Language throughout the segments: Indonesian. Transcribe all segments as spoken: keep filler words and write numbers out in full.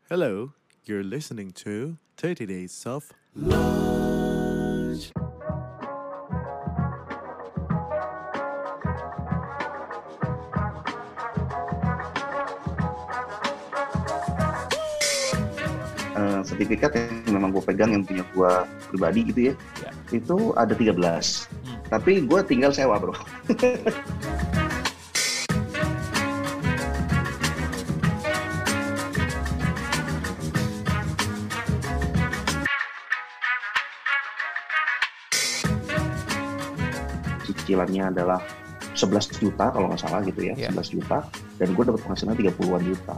Hello, you're listening to thirty Days of Lunch. Uh, sertifikat yang memang gue pegang yang punya gue pribadi gitu ya, Ya. itu ada tiga belas. Hmm. Tapi gue tinggal sewa bro. Cicilannya adalah sebelas juta kalau nggak salah gitu ya, Ya. sebelas juta. Dan gue dapat penghasilan tiga puluhan juta.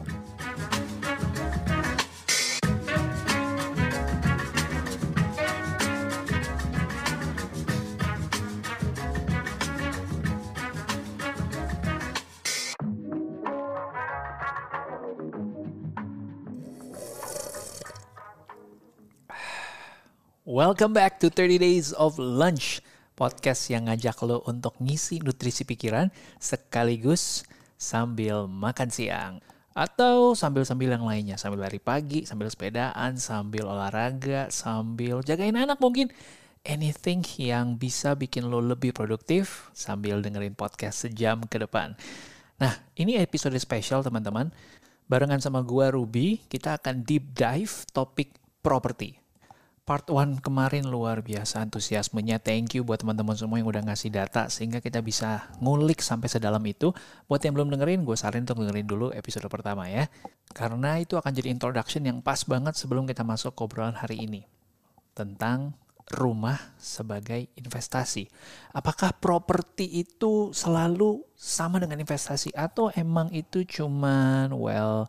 Welcome back to thirty Days of Lunch, podcast yang ngajak lo untuk ngisi nutrisi pikiran sekaligus sambil makan siang. Atau sambil-sambil yang lainnya, sambil lari pagi, sambil sepedaan, sambil olahraga, sambil jagain anak mungkin. Anything yang bisa bikin lo lebih produktif sambil dengerin podcast sejam ke depan. Nah, ini episode spesial teman-teman. Barengan sama gua Ruby, kita akan deep dive topik properti. Part one kemarin luar biasa antusiasmenya. Thank you buat teman-teman semua yang udah ngasih data sehingga kita bisa ngulik sampai sedalam itu. Buat yang belum dengerin, gue saranin untuk dengerin dulu episode pertama ya. Karena itu akan jadi introduction yang pas banget sebelum kita masuk ke obrolan hari ini. Tentang rumah sebagai investasi. Apakah properti itu selalu sama dengan investasi atau emang itu cuman well...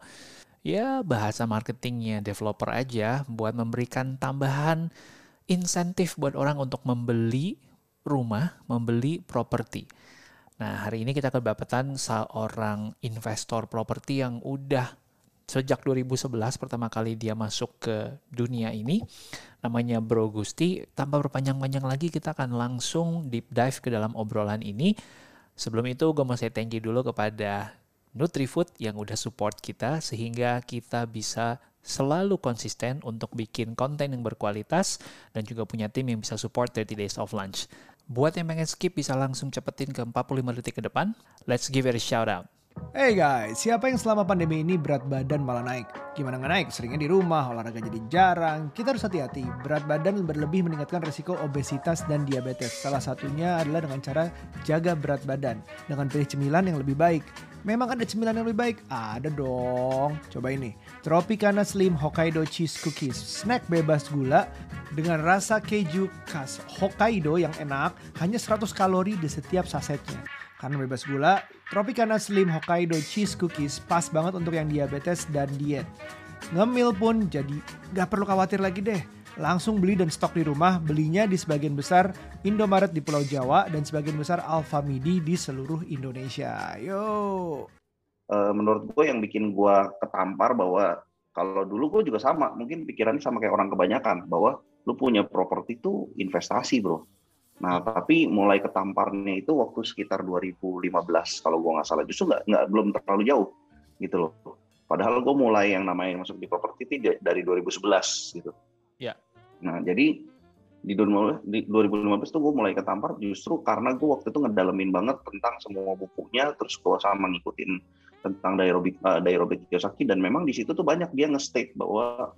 ya bahasa marketingnya developer aja buat memberikan tambahan insentif buat orang untuk membeli rumah, membeli properti. Nah, hari ini kita kedapatan seorang investor properti yang udah sejak dua ribu sebelas pertama kali dia masuk ke dunia ini. Namanya Bro Gusti. Tanpa berpanjang-panjang lagi kita akan langsung deep dive ke dalam obrolan ini. Sebelum itu gue mau say thank you dulu kepada NutriFood yang udah support kita sehingga kita bisa selalu konsisten untuk bikin konten yang berkualitas dan juga punya tim yang bisa support thirty Days of Lunch. Buat yang pengen skip bisa langsung cepetin ke empat puluh lima detik ke depan. Let's give it a shout out. Hey guys, siapa yang selama pandemi ini berat badan malah naik? Gimana nggak naik? Seringnya di rumah, olahraga jadi jarang. Kita harus hati-hati, berat badan berlebih meningkatkan risiko obesitas dan diabetes. Salah satunya adalah dengan cara jaga berat badan, dengan pilih cemilan yang lebih baik. Memang ada cemilan yang lebih baik? Ada dong. Coba ini, Tropicana Slim Hokkaido Cheese Cookies. Snack bebas gula dengan rasa keju khas Hokkaido yang enak, hanya seratus kalori di setiap sasetnya. Karena bebas gula, Tropicana Slim Hokkaido Cheese Cookies pas banget untuk yang diabetes dan diet. Ngemil pun jadi gak perlu khawatir lagi deh. Langsung beli dan stok di rumah, belinya di sebagian besar Indomaret di Pulau Jawa dan sebagian besar Alfamidi di seluruh Indonesia. Yo. Uh, menurut gue yang bikin gue ketampar bahwa kalau dulu gue juga sama, mungkin pikirannya sama kayak orang kebanyakan, bahwa lu punya properti itu investasi bro. Nah tapi mulai ketamparnya itu waktu sekitar dua ribu lima belas kalau gue nggak salah, justru nggak nggak belum terlalu jauh gitu loh. Padahal gue mulai yang namanya masuk di properti itu dari dua ribu sebelas gitu. Ya. Nah jadi di dua ribu lima belas tuh gue mulai ketampar justru karena gue waktu itu ngedalemin banget tentang semua bukunya, terus gue sama ngikutin tentang Dairobit uh, Dairobit Kiyosaki, dan memang di situ tuh banyak dia nge-state bahwa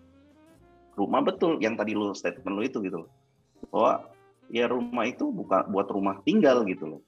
rumah betul yang tadi lu statement lu itu gitu loh, bahwa ya rumah itu bukan buat rumah tinggal gitu loh.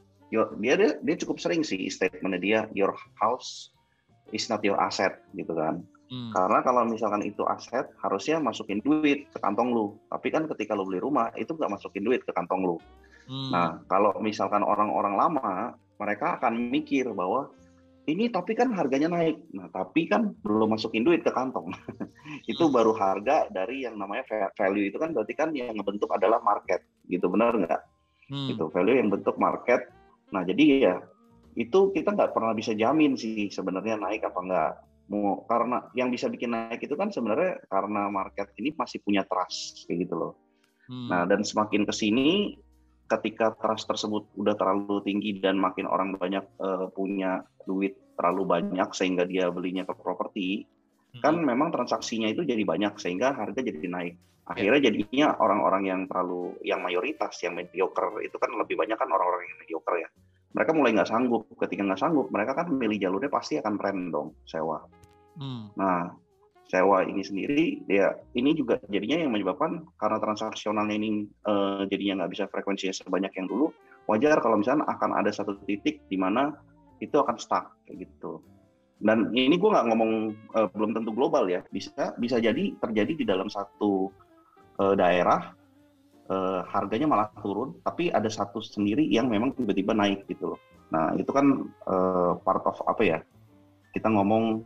Dia dia, dia cukup sering sih statementnya dia, your house is not your asset gitu kan. Hmm. Karena kalau misalkan itu aset, harusnya masukin duit ke kantong lu. Tapi kan ketika lu beli rumah, itu nggak masukin duit ke kantong lu. Hmm. Nah, kalau misalkan orang-orang lama, mereka akan mikir bahwa ini tapi kan harganya naik. Nah, tapi kan belum masukin duit ke kantong. Itu baru harga dari yang namanya value. Itu kan berarti kan yang ngebentuk adalah market. Gitu, benar nggak? Hmm. Itu value yang bentuk market. Nah, jadi ya, itu kita nggak pernah bisa jamin sih sebenarnya naik apa nggak. Mau karena yang bisa bikin naik itu kan sebenarnya karena market ini masih punya trust kayak gitu loh. Hmm. Nah, dan semakin kesini ketika trust tersebut udah terlalu tinggi dan makin orang banyak uh, punya duit terlalu banyak sehingga dia belinya ke properti, kan memang transaksinya itu jadi banyak sehingga harga jadi naik. Akhirnya jadinya orang-orang yang terlalu, yang mayoritas, yang mediocre itu kan lebih banyak kan orang-orang yang mediocre ya. Mereka mulai nggak sanggup. Ketika nggak sanggup, mereka kan milih jalurnya pasti akan rent dong, sewa. Hmm. Nah, sewa ini sendiri, ya ini juga jadinya yang menyebabkan karena transaksionalnya ini eh, jadinya nggak bisa frekuensinya sebanyak yang dulu. Wajar kalau misalnya akan ada satu titik di mana itu akan stuck kayak gitu. Dan ini gue nggak ngomong uh, belum tentu global ya, bisa bisa jadi terjadi di dalam satu uh, daerah uh, harganya malah turun, tapi ada satu sendiri yang memang tiba-tiba naik gitu loh. Nah itu kan uh, part of apa ya? Kita ngomong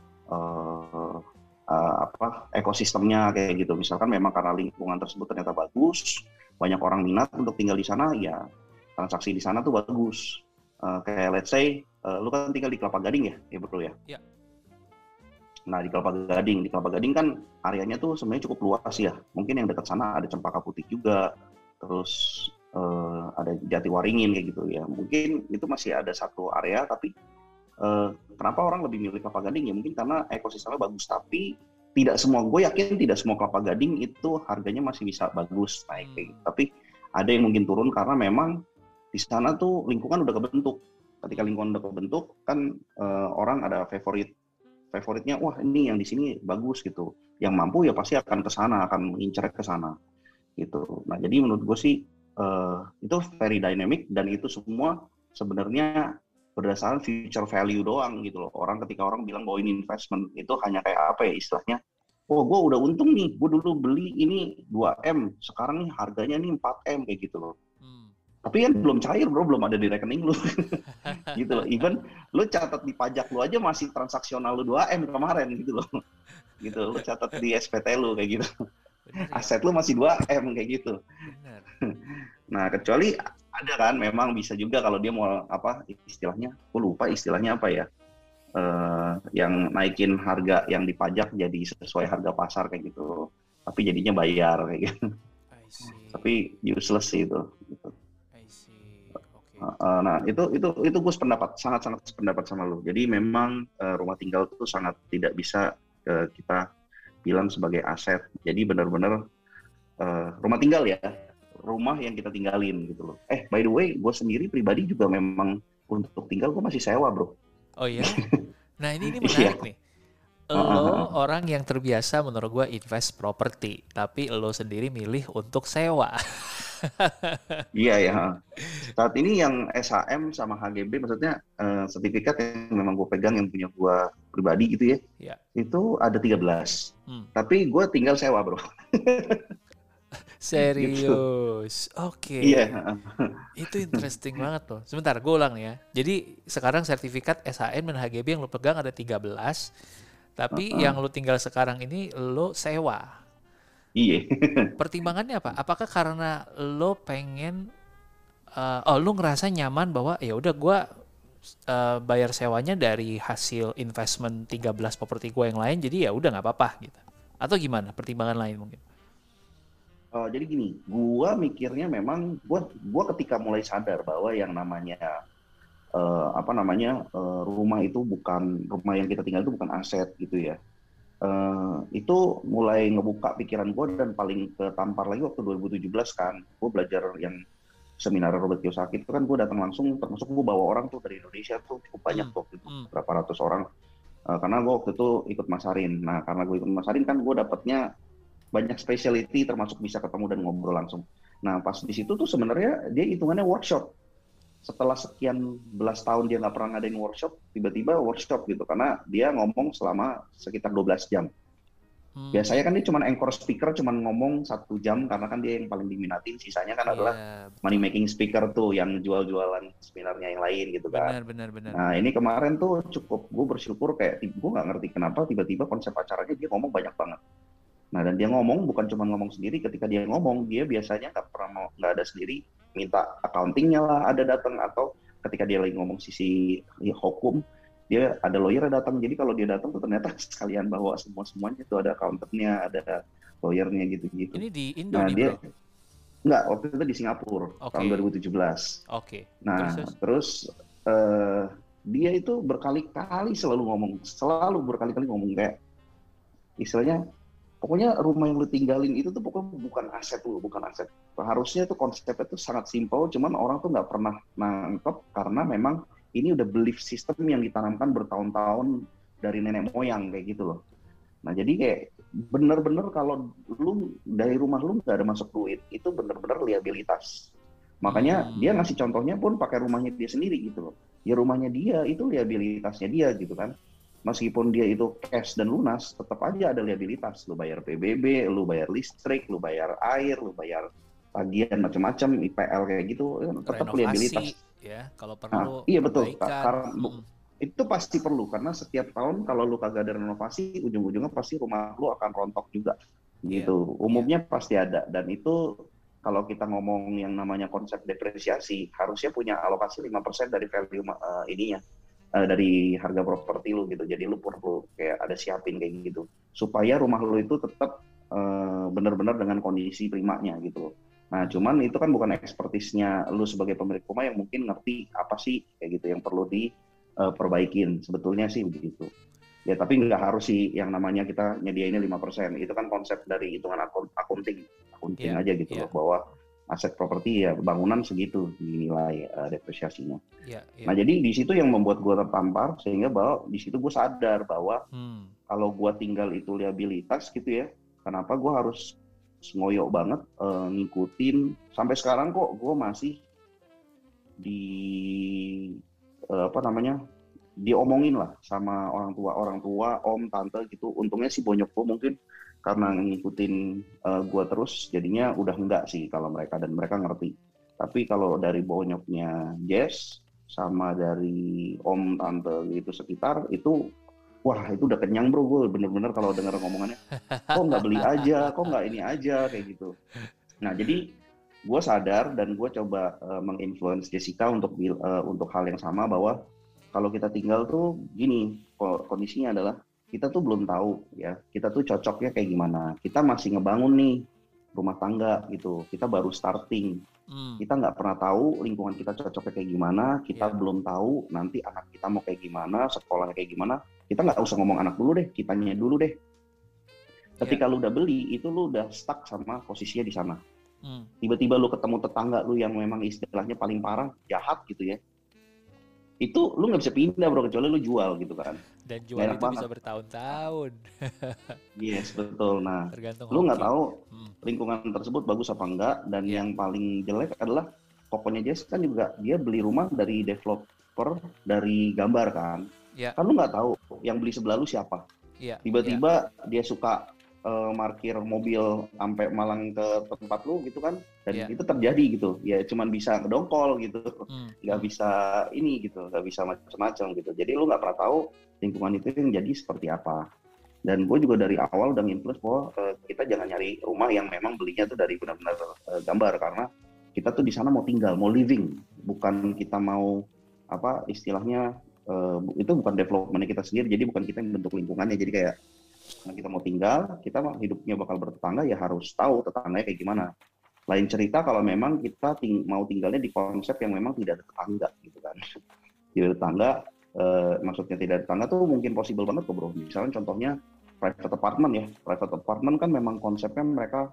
uh, uh, apa ekosistemnya kayak gitu. Misalkan memang karena lingkungan tersebut ternyata bagus, banyak orang minat untuk tinggal di sana, ya transaksi di sana tuh bagus. Uh, kayak let's say Uh, lu kan tinggal di Kelapa Gading ya, ya bro ya? Iya. Nah di Kelapa Gading, di Kelapa Gading kan areanya tuh sebenarnya cukup luas ya. Mungkin yang dekat sana ada Cempaka Putih juga, terus uh, ada Jatiwaringin kayak gitu ya. Mungkin itu masih ada satu area, tapi uh, kenapa orang lebih milih Kelapa Gading ya? Mungkin karena ekosistemnya bagus, tapi tidak semua, gue yakin tidak semua Kelapa Gading itu harganya masih bisa bagus naik kayak gitu. Tapi ada yang mungkin turun karena memang di sana tuh lingkungan udah kebentuk. Ketika lingkungan udah kebentuk kan uh, orang ada favorit favoritnya, wah ini yang di sini bagus gitu, yang mampu ya pasti akan ke sana, akan mengincar ke sana gitu. Nah jadi menurut gue sih uh, itu very dynamic dan itu semua sebenarnya berdasarkan future value doang gitu loh. Orang ketika orang bilang bahwa ini investment itu hanya kayak apa ya istilahnya, oh gue udah untung nih, gue dulu beli ini dua M, sekarang nih harganya nih empat M kayak gitu loh. Tapi kan belum cair bro, belum ada di rekening lu. Gitu loh. Even lu catat di pajak lu aja masih transaksional lu dua M kemarin gitu loh. Gitu, lu catat di S P T lu kayak gitu. Bener, aset lu masih dua M kayak gitu. Bener. Nah, kecuali ada kan memang bisa juga kalau dia mau apa istilahnya, aku lupa istilahnya apa ya. Uh, yang naikin harga yang dipajak jadi sesuai harga pasar kayak gitu. Tapi jadinya bayar kayak gitu. Tapi useless sih itu gitu. Uh, nah itu itu itu gue sependapat sangat sangat sependapat sama lo. Jadi memang uh, rumah tinggal itu sangat tidak bisa uh, kita bilang sebagai aset. Jadi benar-benar uh, rumah tinggal ya, rumah yang kita tinggalin gitu loh. Eh by the way, gue sendiri pribadi juga memang untuk tinggal gue masih sewa bro. Oh iya. Nah ini ini menarik nih. Lo orang yang terbiasa menurut gue invest properti, tapi lo sendiri milih untuk sewa. Iya ya. Saat ini yang S H M sama H G B maksudnya uh, sertifikat yang memang gue pegang yang punya gue pribadi gitu ya. Ya. Itu ada tiga belas. Hmm. Tapi gue tinggal sewa, bro. Serius. Gitu. Oke. Okay. Iya. Itu interesting banget loh. Sebentar, gue ulang ya. Jadi sekarang sertifikat S H M dan H G B yang lo pegang ada tiga belas. Tapi uh-uh. yang lo tinggal sekarang ini lo sewa. Iya. Pertimbangannya apa? Apakah karena lo pengen, uh, oh lo ngerasa nyaman bahwa ya udah gue uh, bayar sewanya dari hasil investment tiga belas properti gue yang lain, jadi ya udah nggak apa-apa gitu? Atau gimana? Pertimbangan lain mungkin? Uh, jadi gini, gue mikirnya memang gue gue ketika mulai sadar bahwa yang namanya uh, apa namanya uh, rumah itu bukan rumah yang kita tinggal itu bukan aset gitu ya. Uh, itu mulai ngebuka pikiran gue dan paling ketampar lagi waktu dua ribu tujuh belas kan, gue belajar yang seminar Robert Kiyosaki itu kan gue datang langsung, termasuk gue bawa orang tuh dari Indonesia tuh cukup banyak tuh, hmm. berapa ratus orang, uh, karena gue waktu itu ikut masarin. Nah karena gue ikut masarin kan gue dapatnya banyak specialty termasuk bisa ketemu dan ngobrol langsung. Nah pas di situ tuh sebenarnya dia hitungannya workshop. Setelah sekian belas tahun dia nggak pernah ngadain workshop, tiba-tiba workshop gitu, karena dia ngomong selama sekitar dua belas jam. Hmm. Biasanya kan dia cuma anchor speaker, cuma ngomong satu jam, karena kan dia yang paling diminatin, sisanya kan yeah, adalah betul. Money making speaker tuh, yang jual-jualan seminarnya yang lain gitu kan. Benar, benar, benar. Nah ini kemarin tuh cukup, gue bersyukur kayak, gue nggak ngerti kenapa tiba-tiba konsep acaranya dia ngomong banyak banget. Nah dan dia ngomong, bukan cuma ngomong sendiri, ketika dia ngomong, dia biasanya nggak pernah mau, nggak ada sendiri, minta accountingnya lah ada datang, atau ketika dia lagi ngomong sisi ya, hukum, dia ada lawyer datang. Jadi kalau dia datang tuh ternyata sekalian bawa semua semuanya tuh, ada accountant-nya, ada lawyernya gitu-gitu. Ini di Indo nah, nih, dia, bro? Enggak, waktu itu di Singapura okay. tahun dua ribu tujuh belas. Oke. Okay. Nah terus, terus uh, dia itu berkali-kali selalu ngomong, selalu berkali-kali ngomong kayak istilahnya pokoknya rumah yang lu tinggalin itu tuh pokoknya bukan aset lu, bukan aset. Harusnya tuh konsepnya tuh sangat simpel, cuman orang tuh nggak pernah nangkep karena memang ini udah belief system yang ditanamkan bertahun-tahun dari nenek moyang kayak gitu loh. Nah jadi kayak bener-bener kalau lu dari rumah lu nggak ada masuk duit, itu bener-bener liabilitas. Makanya Hmm. dia ngasih contohnya pun pakai rumahnya dia sendiri gitu loh. Ya rumahnya dia itu liabilitasnya dia gitu kan. Meskipun dia itu cash dan lunas, tetap aja ada liabilitas. Lu bayar P B B, lu bayar listrik, lu bayar air, lu bayar tagihan macam-macam, I P L kayak gitu, tetap liabilitas. Renovasi ya, kalau Nah, perlu iya betul. perbaikan. Karena Hmm. itu pasti perlu karena setiap tahun kalau lu kagak ada renovasi, ujung-ujungnya pasti rumah lu akan rontok juga. Iya, Gitu. Umumnya pasti ada dan itu kalau kita ngomong yang namanya konsep depresiasi, harusnya punya alokasi lima persen dari value uh, ininya, uh, dari harga properti lu gitu. Jadi lu perlu kayak ada siapin kayak gitu. Supaya rumah lu itu tetap uh, benar-benar dengan kondisi primanya gitu. Nah, cuman itu kan bukan ekspertisnya lu sebagai pemilik rumah yang mungkin ngerti apa sih kayak gitu yang perlu diperbaikin. Sebetulnya sih begitu. Ya tapi nggak harus sih yang namanya kita nyediainnya lima persen. Itu kan konsep dari hitungan akun- akunting. Akunting Iya, aja gitu iya. loh, bahwa aset properti ya bangunan segitu dinilai uh, depresiasinya. Iya, iya. Nah jadi di situ yang membuat gue tertampar sehingga bahwa di situ gue sadar bahwa Hmm. kalau gue tinggal itu liabilitas gitu ya, kenapa gue harus ngoyo banget uh, ngikutin sampai sekarang kok gue masih di uh, apa namanya diomongin lah sama orang tua orang tua om tante gitu. Untungnya si bonyok gue mungkin karena ngikutin uh, gue terus jadinya udah enggak sih kalau mereka dan mereka ngerti. Tapi kalau dari bonyoknya Jess sama dari om tante gitu sekitar itu wah itu udah kenyang bro, gue bener-bener kalau denger ngomongannya kok nggak beli aja, kok nggak ini aja kayak gitu. Nah jadi gue sadar dan gue coba uh, menginfluence Jessica untuk uh, untuk hal yang sama bahwa kalau kita tinggal tuh gini kondisinya adalah kita tuh belum tahu ya, kita tuh cocoknya kayak gimana. Kita masih ngebangun nih rumah tangga gitu, kita baru starting. Hmm. Kita nggak pernah tahu lingkungan kita cocoknya kayak gimana, kita Yeah. belum tahu nanti anak kita mau kayak gimana, sekolahnya kayak gimana. Kita nggak usah ngomong anak dulu deh, kitanya dulu deh. Ketika lu udah beli, itu lu udah stuck sama posisinya di sana. Hmm. Tiba-tiba lu ketemu tetangga lu yang memang istilahnya paling parah, jahat gitu ya. Itu lu nggak bisa pindah bro, kecuali lu jual gitu kan. Dan jual Enak itu banget. bisa bertahun-tahun. Yes, betul. Nah, Tergantung lu nggak hoki. tahu Hmm. lingkungan tersebut bagus apa enggak, dan Iya. yang paling jelek adalah pokoknya Jess kan juga dia beli rumah dari developer dari gambar kan. Iya. Kan lu nggak tahu yang beli sebelah lu siapa. Iya. Tiba-tiba dia suka uh, markir mobil sampai Malang ke tempat lu gitu kan, dan Iya. itu terjadi gitu. Ya cuman bisa ngedongkol gitu, Hmm. nggak bisa ini gitu, nggak bisa macam-macam gitu. Jadi lu nggak pernah tahu lingkungan itu yang jadi seperti apa. Dan gue juga dari awal udah nginfluence bahwa uh, kita jangan nyari rumah yang memang belinya tuh dari benar-benar uh, gambar, karena kita tuh di sana mau tinggal, mau living, bukan kita mau apa istilahnya uh, itu bukan development kita sendiri, jadi bukan kita yang bentuk lingkungannya. Jadi kayak nah, kita mau tinggal, kita hidupnya bakal bertetangga ya harus tahu tetangganya kayak gimana. Lain cerita kalau memang kita ting- mau tinggalnya di konsep yang memang tidak ada tetangga gitu kan. Tidak ada tetangga, eh, maksudnya tidak ada tetangga tuh mungkin possible banget kok bro. Misalnya contohnya private apartment ya. Private apartment kan memang konsepnya mereka,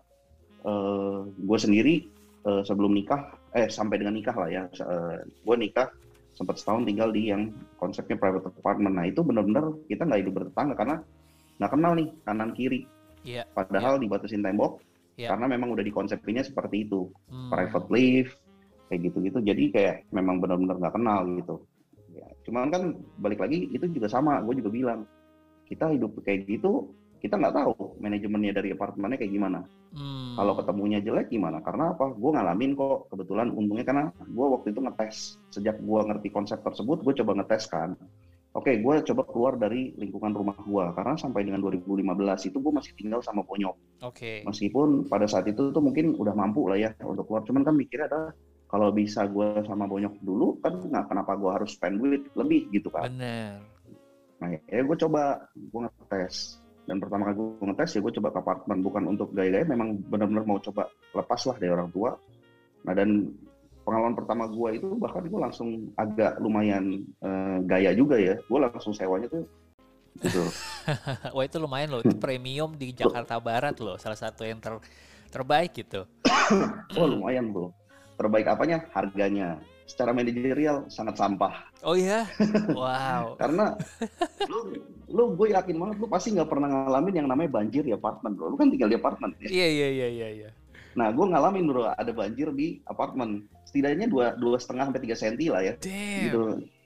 eh, gue sendiri eh, sebelum nikah, eh sampai dengan nikah lah ya, eh, gue nikah sempat setahun tinggal di yang konsepnya private apartment. Nah itu benar-benar kita nggak hidup bertetangga karena nggak kenal nih kanan kiri. Iya. Padahal dibatasin tembok, Iya. karena memang udah dikonsepinnya seperti itu. Hmm. Private lift, kayak gitu-gitu. Jadi kayak memang benar-benar nggak kenal gitu. Ya, cuman kan balik lagi itu juga sama, gue juga bilang, kita hidup kayak gitu, kita nggak tahu manajemennya dari apartemennya kayak gimana. Hmm. Kalau ketemunya jelek gimana? Karena apa? Gue ngalamin kok, kebetulan untungnya karena gue waktu itu ngetes. Sejak gue ngerti konsep tersebut, gue coba ngetes kan. Oke, gue coba keluar dari lingkungan rumah gue, karena sampai dengan dua ribu lima belas itu gue masih tinggal sama bonyok. Oke. Meskipun pada saat itu tuh mungkin udah mampu lah ya untuk keluar, cuman kan mikirnya adalah kalau bisa gue sama bonyok dulu kan nggak kenapa gue harus spend duit lebih gitu kan. Bener. Nah ya gue coba, gue ngetes, dan pertama kali gue ngetes ya gue coba ke apartemen, bukan untuk gaya-gaya, memang benar-benar mau coba lepas lah dari orang tua. Nah dan pengalaman pertama gue itu bahkan gue langsung agak lumayan uh, gaya juga ya, gue langsung sewanya tuh gitu Wah itu lumayan loh, itu premium di Jakarta Barat loh, salah satu yang ter terbaik gitu. Oh lumayan bro. Terbaik apanya? Harganya. Secara manajerial sangat sampah. Oh iya? Wow. Karena lu, lu gue yakin banget lu pasti nggak pernah ngalamin yang namanya banjir di apartemen bro. Lu kan tinggal di apartemen ya. Iya iya iya iya. iya. Nah gue ngalamin bro ada banjir di apartemen. Setidaknya dua dua setengah sampai tiga senti lah ya. Damn. Gitu.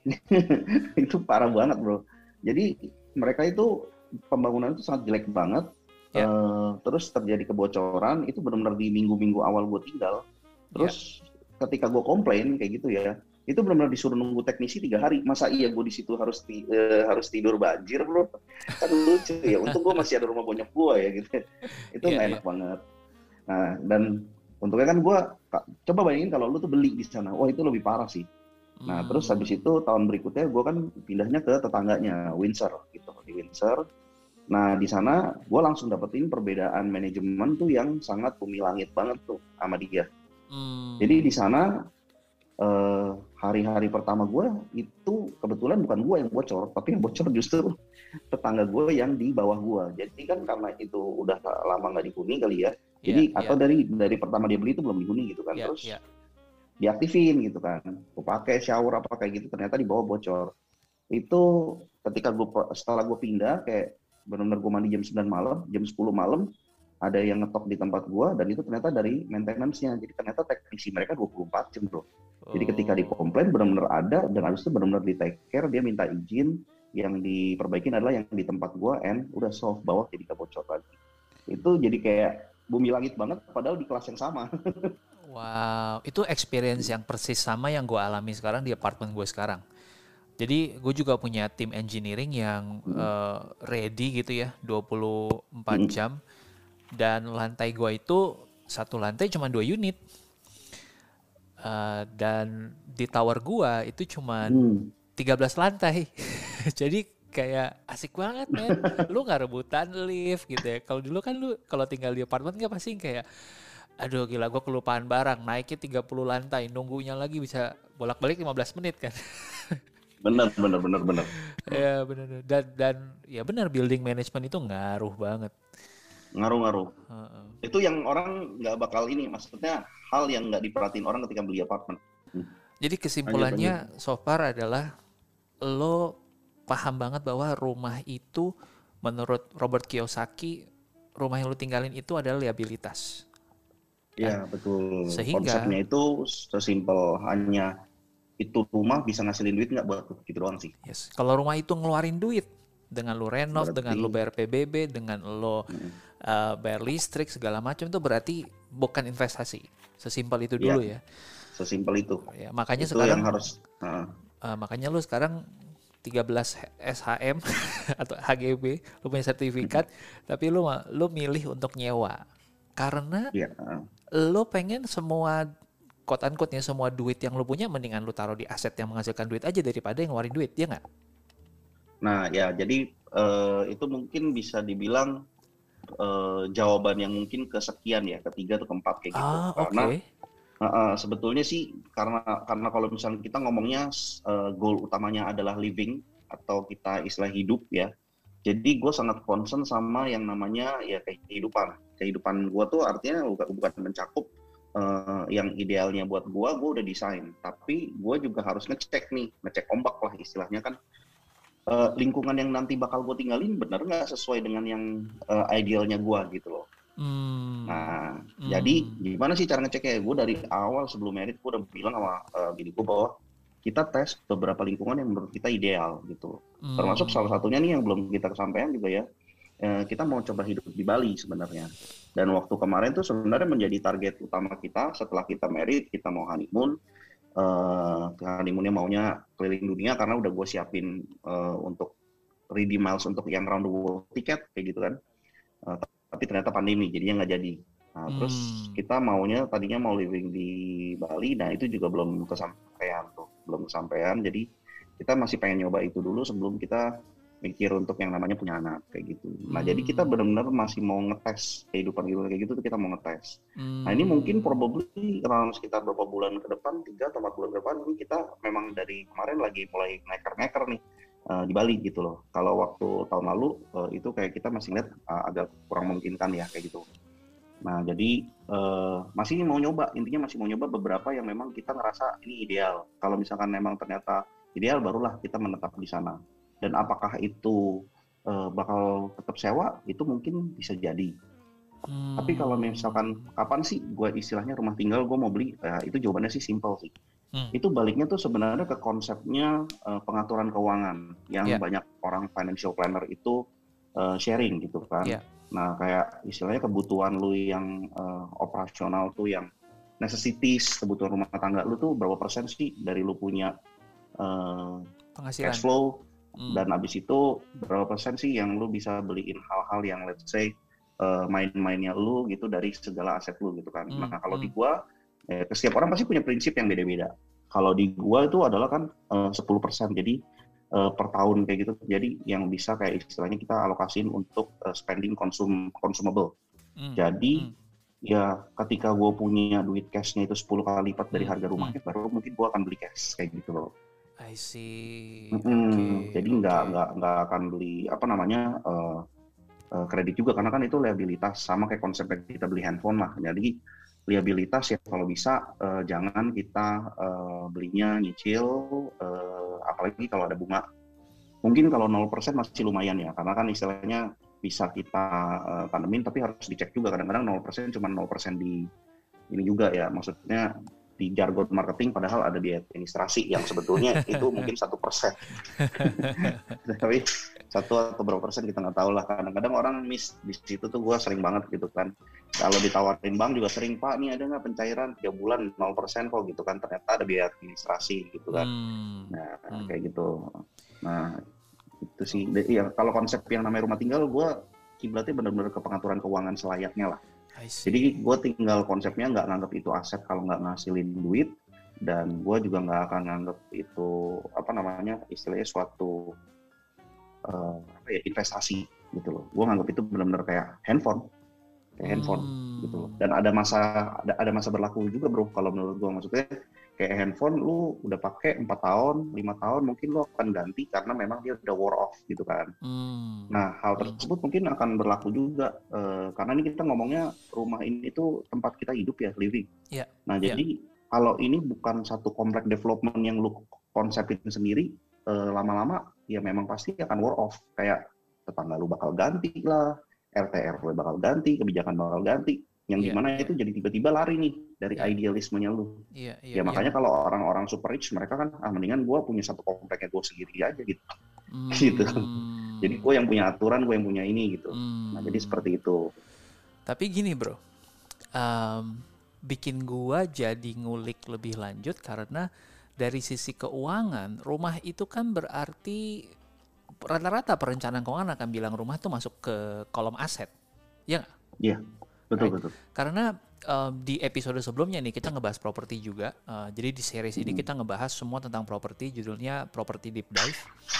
Itu parah banget bro. Jadi mereka itu pembangunan itu sangat jelek banget. Ya. Uh, terus terjadi kebocoran itu benar-benar di minggu-minggu awal gue tinggal. Terus ya. Ketika gue komplain kayak gitu ya, itu benar-benar disuruh nunggu teknisi tiga hari. Masa iya gue di situ harus ti, uh, harus tidur banjir bro? Kan lucu ya. Untung gue masih ada rumah bonyok gue ya gitu. Itu nggak yeah, enak yeah. banget. Nah dan untungnya kan gue coba bayangin kalau lu tuh beli di sana, wah itu lebih parah sih. Nah Hmm. terus habis itu tahun berikutnya gue kan pindahnya ke tetangganya Windsor gitu di Windsor. Nah di sana gue langsung dapetin perbedaan manajemen tuh yang sangat bumi langit banget tuh sama dia. Hmm. Jadi di sana eh, hari-hari pertama gue itu kebetulan bukan gue yang bocor, tapi yang bocor justru tetangga gue yang di bawah gue. Jadi kan karena itu udah lama nggak dihuni kali ya. Jadi Yeah, atau yeah. dari dari pertama dia beli itu belum dihuni gitu kan. Yeah, Terus yeah. diaktifin gitu kan. Gue pakai shower apa kayak gitu ternyata di bawah bocor. Itu ketika gue setelah gue pindah kayak benar-benar gue mandi jam sembilan malam, jam sepuluh malam ada yang ngetok di tempat gue dan itu ternyata dari maintenance-nya. Jadi ternyata teknisi mereka dua puluh empat jam bro. Jadi ketika dikomplain benar-benar ada dan habis itu benar-benar di take care, dia minta izin, yang diperbaikin adalah yang di tempat gue and udah solve bawah jadi gak bocor lagi. Itu jadi kayak bumi langit banget padahal di kelas yang sama. Wow, itu experience yang persis sama yang gue alami sekarang di apartemen gue sekarang. Jadi gue juga punya tim engineering yang uh, ready gitu ya, dua puluh empat Hmm. jam. Dan lantai gue itu satu lantai cuma dua unit. Uh, dan di tower gue itu cuma Hmm. tiga belas lantai. Jadi kayak asik banget men. Lu gak rebutan lift gitu ya. Kalau dulu kan lu kalau tinggal di apartemen kan pasti kayak aduh gila gue kelupaan barang. Naiknya tiga puluh lantai. Nunggunya lagi bisa bolak-balik lima belas menit kan. Bener, bener, bener, bener. Ya benar. Dan, dan ya benar building management itu ngaruh banget. Ngaruh-ngaruh. Uh-uh. Itu yang orang nggak bakal ini, maksudnya hal yang nggak diperhatiin orang ketika beli apartemen. Jadi kesimpulannya so far adalah lo paham banget bahwa rumah itu menurut Robert Kiyosaki rumah yang lo tinggalin itu adalah liabilitas. Iya betul. Sehingga- Konsepnya itu sesimpel hanya itu rumah bisa ngasilin duit nggak buat gitu doang sih. Yes. Kalau rumah itu ngeluarin duit dengan lo renov, Berarti- dengan lo bayar P B B, dengan lo uh, bayar listrik segala macam itu berarti bukan investasi. Sesimpel itu dulu ya. Sesimpel itu. Ya, makanya Itu sekarang yang harus. Nah, uh, makanya lo sekarang tiga belas S H M atau H G B, lo punya sertifikat, tapi lo lo milih untuk nyewa karena iya. nah. lo pengen semua quote unquote nya semua duit yang lo punya mendingan lo taruh di aset yang menghasilkan duit aja daripada yang ngeluarin duit, ya nggak? Nah ya jadi eh, itu mungkin bisa dibilang eh, jawaban yang mungkin kesekian ya, ketiga atau keempat kayak gitu. Ah, oke. Karena uh, uh, sebetulnya sih karena karena kalau misalnya kita ngomongnya uh, goal utamanya adalah living atau kita istilah hidup ya. Jadi gue sangat concern sama yang namanya ya kehidupan. Kehidupan gue tuh artinya bukan, bukan mencakup uh, yang idealnya buat gue, gue udah desain. Tapi gue juga harus ngecek nih, ngecek ombak lah istilahnya kan. Uh, lingkungan yang nanti bakal gue tinggalin bener nggak sesuai dengan yang uh, idealnya gue gitu loh. Hmm. Nah, Hmm. jadi gimana sih cara ngeceknya? Gue dari awal sebelum merit gue udah bilang sama uh, bini gue bahwa kita tes beberapa lingkungan yang menurut kita ideal gitu. Hmm. Termasuk salah satunya nih yang belum kita kesampaian juga ya. Eh, kita mau coba hidup di Bali sebenarnya. Dan waktu kemarin tuh sebenarnya menjadi target utama kita setelah kita merit, kita mau honeymoon. Uh, honeymoonnya maunya keliling dunia karena udah gue siapin uh, untuk redeem miles untuk yang round the world tiket kayak gitu kan. Uh, tapi ternyata pandemi jadinya nggak jadi. Nah, Hmm. terus kita maunya tadinya mau living di Bali, nah itu juga belum kesampaian tuh, belum kesampaian. Jadi kita masih pengen nyoba itu dulu sebelum kita mikir untuk yang namanya punya anak kayak gitu. Nah Hmm. jadi kita benar-benar masih mau ngetes kehidupan gitu kayak gitu tuh kita mau ngetes. Hmm. Nah ini mungkin probably around sekitar beberapa bulan ke depan, tiga atau empat bulan ke depan ini kita memang dari kemarin lagi mulai ngeker-ngeker nih. uh, di Bali gitu loh. Kalau waktu tahun lalu uh, itu kayak kita masih lihat uh, agak kurang memungkinkan ya kayak gitu. Nah, jadi uh, masih mau nyoba, intinya masih mau nyoba beberapa yang memang kita ngerasa ini ideal. Kalau misalkan memang ternyata ideal, barulah kita menetap di sana. Dan apakah itu uh, bakal tetap sewa, itu mungkin bisa jadi. Hmm. Tapi kalau misalkan kapan sih gue istilahnya rumah tinggal, gue mau beli, ya itu jawabannya sih simple sih. Hmm. Itu baliknya tuh sebenarnya ke konsepnya uh, pengaturan keuangan, yang yeah. banyak orang financial planner itu uh, sharing gitu kan. Yeah. Nah, kayak istilahnya kebutuhan lu yang uh, operasional tuh yang necessities, kebutuhan rumah tangga lu tuh berapa persen sih dari lu punya uh, cash flow, hmm. dan abis itu berapa persen sih yang lu bisa beliin hal-hal yang let's say uh, main-mainnya lu gitu dari segala aset lu gitu kan. Hmm. Nah, kalau hmm. di gua, eh, setiap orang pasti punya prinsip yang beda-beda. Kalau di gua itu adalah kan uh, sepuluh persen, jadi Uh, per tahun kayak gitu, jadi yang bisa kayak istilahnya kita alokasiin untuk uh, spending konsum consumable. Mm. Jadi mm. ya ketika gue punya duit cashnya itu sepuluh kali lipat dari harga rumahnya, mm. baru mungkin gue akan beli cash kayak gitu loh. I see. Mm-hmm. Okay. Jadi nggak okay. nggak nggak akan beli apa namanya uh, uh, kredit juga, karena kan itu liabilitas, sama kayak konsep kita beli handphone lah. Jadi liabilitas ya kalau bisa uh, jangan kita uh, belinya nyicil, uh, apalagi kalau ada bunga. Mungkin kalau nol persen masih lumayan ya, karena kan istilahnya bisa kita uh, tanemin, tapi harus dicek juga. Kadang-kadang nol persen cuma nol persen di ini juga ya, maksudnya di jargon marketing padahal ada di administrasi yang sebetulnya itu mungkin satu persen. Tapi satu atau berapa persen kita nggak tahu lah. Kadang-kadang orang miss di situ tuh, gue sering banget gitu kan. Kalau ditawarin bank juga sering, Pak nih ada nggak pencairan tiga bulan nol persen kok gitu kan. Ternyata ada biaya administrasi gitu kan. Hmm. Nah hmm. kayak gitu. Nah itu sih. Ya, kalau konsep yang namanya rumah tinggal, gue kiblatnya benar-benar ke pengaturan keuangan selayaknya lah. Jadi gue tinggal konsepnya nggak nganggap itu aset kalau nggak ngasilin duit, dan gue juga nggak akan nganggap itu apa namanya istilahnya suatu uh, apa ya investasi gitu loh. Gue nganggap itu benar-benar kayak handphone, kayak hmm. handphone gitu loh. Dan ada masa ada, ada masa berlaku juga bro, kalau menurut gue. Maksudnya kayak handphone lu udah pakai empat tahun, lima tahun, mungkin lu akan ganti karena memang dia udah wore off gitu kan. Hmm. Nah, hal tersebut hmm. mungkin akan berlaku juga uh, karena ini kita ngomongnya rumah ini tuh tempat kita hidup ya, living. Yeah. Nah, jadi yeah. kalau ini bukan satu komplek development yang lu konsepin sendiri, uh, lama-lama ya memang pasti akan wore off. Kayak tetangga lu bakal ganti lah, R T R W bakal ganti, kebijakan bakal ganti. Yang yeah, dimana yeah. itu jadi tiba-tiba lari nih dari yeah. idealismenya lu. Yeah, yeah, ya makanya yeah. kalau orang-orang super rich, mereka kan ah mendingan gue punya satu kompleknya gue sendiri aja gitu. Mm. gitu. Jadi gue yang punya aturan, gue yang punya ini gitu. Mm. Nah jadi seperti itu. Tapi gini bro, um, bikin gue jadi ngulik lebih lanjut karena dari sisi keuangan, rumah itu kan berarti rata-rata perencanaan keuangan akan bilang rumah itu masuk ke kolom aset. Ya nggak? Iya. Betul, right? betul. Karena um, di episode sebelumnya nih kita ngebahas properti juga. Uh, jadi di series ini kita ngebahas semua tentang properti, judulnya Property Deep Dive.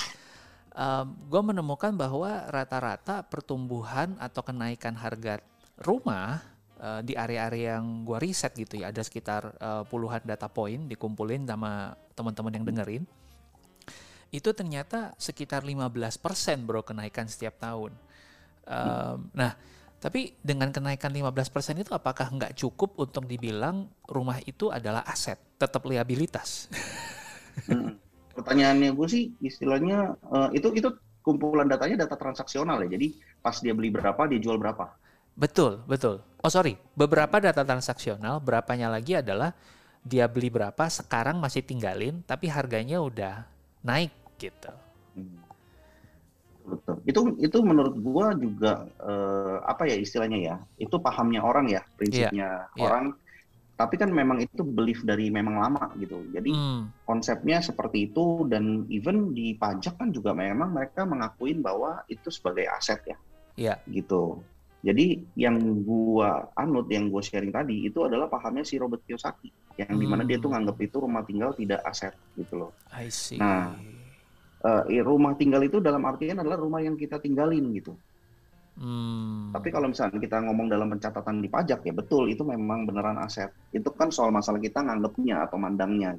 Um, gue menemukan bahwa rata-rata pertumbuhan atau kenaikan harga rumah uh, di area-area yang gue riset gitu ya, ada sekitar uh, puluhan data point dikumpulin sama teman-teman yang dengerin. Itu ternyata sekitar lima belas persen bro kenaikan setiap tahun. Um, nah, tapi dengan kenaikan lima belas persen itu apakah nggak cukup untuk dibilang rumah itu adalah aset, tetap liabilitas? Hmm. Pertanyaannya gue sih istilahnya uh, itu itu kumpulan datanya data transaksional ya. Jadi pas dia beli berapa, dia jual berapa. Betul, betul. Oh sorry, beberapa data transaksional, berapanya lagi adalah dia beli berapa, sekarang masih tinggalin, tapi harganya udah naik gitu. Hmm. Betul. Itu itu menurut gua juga eh, apa ya istilahnya ya, itu pahamnya orang ya, prinsipnya yeah, orang yeah. Tapi kan memang itu belief dari memang lama gitu, jadi mm. konsepnya seperti itu. Dan even di pajak kan juga memang mereka mengakuin bahwa itu sebagai aset ya, yeah. gitu. Jadi yang gua anut, yang gua sharing tadi itu adalah pahamnya si Robert Kiyosaki, yang mm. dimana dia tuh nganggap itu rumah tinggal tidak aset gitu loh. I see. Nah Uh, rumah tinggal itu dalam artian adalah rumah yang kita tinggalin gitu. Hmm. Tapi kalau misalnya kita ngomong dalam pencatatan di pajak ya betul itu memang beneran aset. Itu kan soal masalah kita nganggapnya atau mandangnya gitu.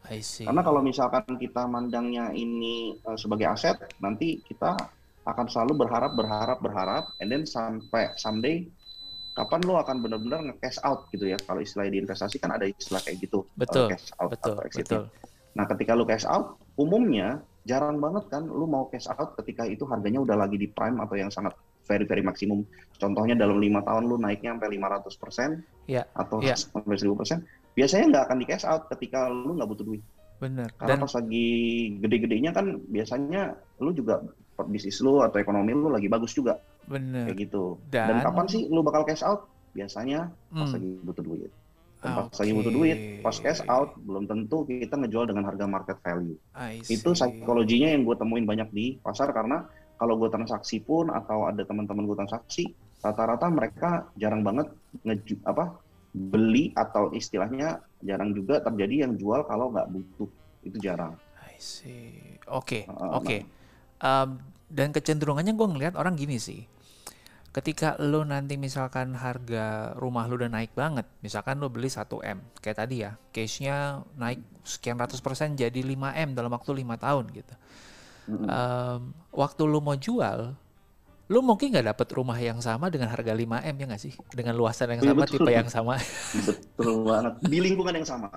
I see. Karena kalau misalkan kita mandangnya ini uh, sebagai aset, nanti kita akan selalu berharap, berharap, berharap, and then sampai someday kapan lo akan benar-benar nge-cash out gitu ya. Kalau istilah di investasi kan ada istilah kayak gitu, betul, uh, cash out betul, atau exit. betul. Nah, ketika lo cash out, umumnya jarang banget kan lo mau cash out ketika itu harganya udah lagi di prime atau yang sangat very very maksimum. Contohnya dalam lima tahun lo naiknya sampai lima ratus persen ya, atau ya. sampai seribu persen. Biasanya nggak akan di cash out ketika lo nggak butuh duit. Bener. Karena Dan pas lagi gede-gedenya kan biasanya lo juga bisnis lo atau ekonomi lo lagi bagus juga. bener. Kayak gitu. Dan, Dan kapan sih lo bakal cash out? Biasanya pas Hmm. lagi butuh duit. Dan pas Oke. lagi butuh duit, pas cash out belum tentu kita ngejual dengan harga market value. I Itu see. psikologinya yang gue temuin banyak di pasar, karena kalau gue transaksi pun atau ada teman-teman gue transaksi, rata-rata mereka jarang banget ngeju apa beli, atau istilahnya jarang juga terjadi yang jual kalau nggak butuh. Itu jarang. I see. Oke, Uh, oke. Um, dan kecenderungannya gue ngelihat orang gini sih. Ketika lo nanti misalkan harga rumah lo udah naik banget, misalkan lo beli satu M, kayak tadi ya, case-nya naik sekian ratus persen jadi lima M dalam waktu lima tahun gitu. Um, waktu lo mau jual, lo mungkin nggak dapet rumah yang sama dengan harga lima M, ya nggak sih? Dengan luasan yang Iya, sama, betul. tipe yang sama. Betul banget. Di lingkungan yang sama.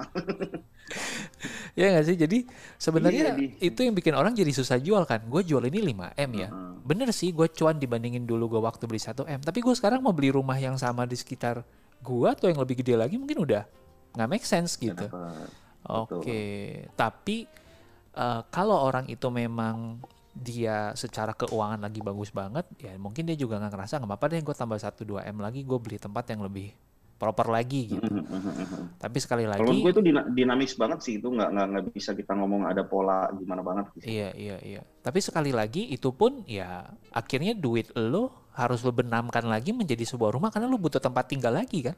Ya nggak sih? Jadi sebenarnya Iya, di- itu yang bikin orang jadi susah jual kan. Gue jual ini lima M ya. Heeh. Bener sih, gue cuan dibandingin dulu gue waktu beli satu M. Tapi gue sekarang mau beli rumah yang sama di sekitar gue atau yang lebih gede lagi mungkin udah nggak make sense gitu. Dapat. Oke, tapi eh, kalau orang itu memang dia secara keuangan lagi bagus banget, ya mungkin dia juga nggak ngerasa nggak apa-apa deh gue tambah satu dua M lagi, gue beli tempat yang lebih proper lagi gitu. Tapi sekali Kalau lagi, gue itu dina- dinamis banget sih, itu nggak nggak nggak bisa kita ngomong ada pola gimana banget. Gitu. iya iya iya. Tapi sekali lagi itu pun ya akhirnya duit lo harus lo benamkan lagi menjadi sebuah rumah karena lo butuh tempat tinggal lagi kan?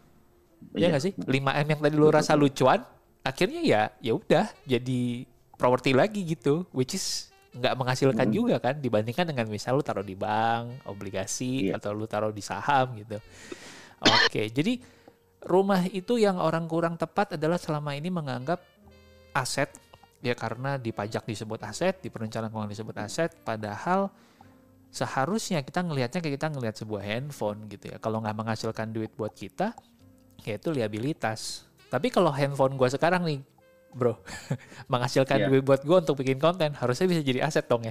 Iya nggak sih? lima M yang tadi lo rasa lucuan, akhirnya ya ya udah jadi properti lagi gitu, which is nggak menghasilkan Mm. juga kan dibandingkan dengan misal lu taruh di bank, obligasi, Iya. atau lu taruh di saham gitu. Oke, jadi rumah itu yang orang kurang tepat adalah selama ini menganggap aset, ya karena di pajak disebut aset, di perencanaan keuangan disebut aset, padahal seharusnya kita ngelihatnya kayak kita ngelihat sebuah handphone gitu ya. Kalau nggak menghasilkan duit buat kita, ya itu liabilitas. Tapi kalau handphone gua sekarang nih, bro, menghasilkan Iya. duit buat gue untuk bikin konten, harusnya bisa jadi aset dong ya.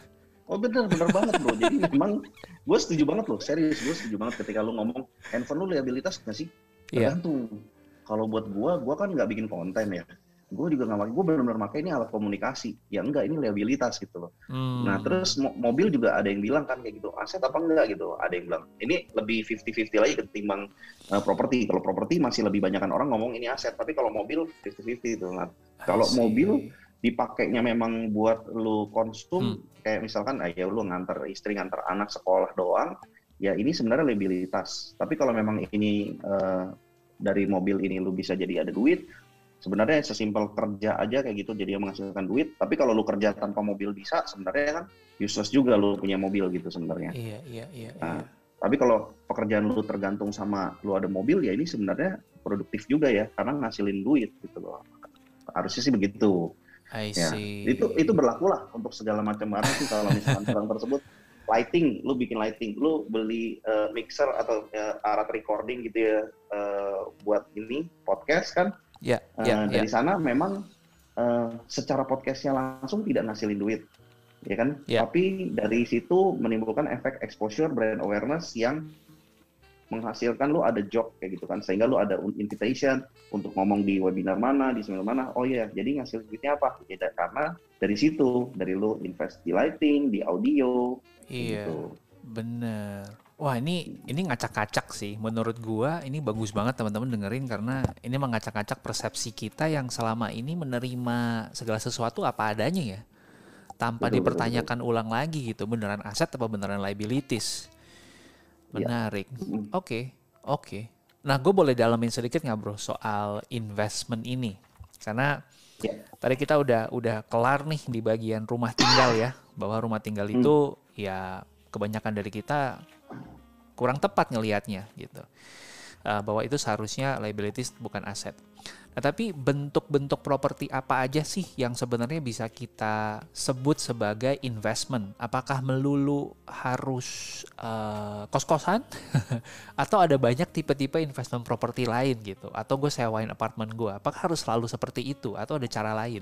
Oh bener, bener banget bro. Jadi memang gue setuju banget loh, serius gue setuju banget ketika lu ngomong handphone lu liabilitas nggak sih? Iya. Tergantung. Kalau buat gue, gue kan nggak bikin konten ya. Gue juga nggak pakai, gue benar-benar pakai ini alat komunikasi. Ya enggak, ini liabilitas gitu loh. Hmm. Nah terus mo- mobil juga ada yang bilang kan kayak gitu, aset apa enggak gitu. Ada yang bilang, ini lebih fifty fifty lagi ketimbang uh, properti. Kalau properti masih lebih banyakan orang ngomong ini aset, tapi kalau mobil fifty fifty itu. Nah, kalau I see. mobil dipakainya memang buat lu konsum, Hmm. kayak misalkan ah, ya lu nganter istri, nganter anak sekolah doang, ya ini sebenarnya liabilitas. Tapi kalau memang ini uh, dari mobil ini lu bisa jadi ada duit, sebenarnya sesimpel kerja aja kayak gitu jadi menghasilkan duit. Tapi kalau lu kerja tanpa mobil bisa, sebenarnya kan useless juga lu punya mobil gitu sebenarnya. Iya, iya, iya. Nah, iya. tapi kalau pekerjaan lu tergantung sama lu ada mobil, ya ini sebenarnya produktif juga ya, karena ngasilin duit gitu loh. Harusnya sih begitu. I Ya, see. itu itu berlaku lah untuk segala macam barang sih. Kalau misalkan barang tersebut lighting, lu bikin lighting, lu beli uh, mixer atau uh, alat recording gitu ya, uh, buat ini podcast kan, Ya, uh, ya, ya. dari sana memang uh, secara podcastnya langsung tidak ngasilin duit, ya kan? Ya. Tapi dari situ menimbulkan efek exposure, brand awareness yang menghasilkan lu ada job kayak gitu kan, sehingga lu ada invitation untuk ngomong di webinar mana, di seminar mana. Oh iya, jadi ngasil duitnya apa? Ya karena dari situ, dari lu invest di lighting, di audio, Iya, gitu. bener. Wah, ini ini ngacak-ngacak sih. Menurut gua ini bagus banget teman-teman dengerin karena ini mengacak-ngacak persepsi kita yang selama ini menerima segala sesuatu apa adanya ya. Tanpa Betul, dipertanyakan ulang lagi gitu, beneran aset apa beneran liabilities. Iya. Menarik. Mm. Oke, oke. Nah, gue boleh dalamin sedikit nggak bro soal investment ini? Karena Ya. tadi kita udah udah kelar nih di bagian rumah tinggal ya, bahwa rumah tinggal itu ya kebanyakan dari kita kurang tepat ngelihatnya gitu. uh, bahwa itu seharusnya liabilities bukan aset. Nah, tapi bentuk-bentuk properti apa aja sih yang sebenarnya bisa kita sebut sebagai investment? Apakah melulu harus uh, kos-kosan? Atau ada banyak tipe-tipe investment properti lain gitu? Atau gue sewain apartemen gue? Apakah harus selalu seperti itu? Atau ada cara lain?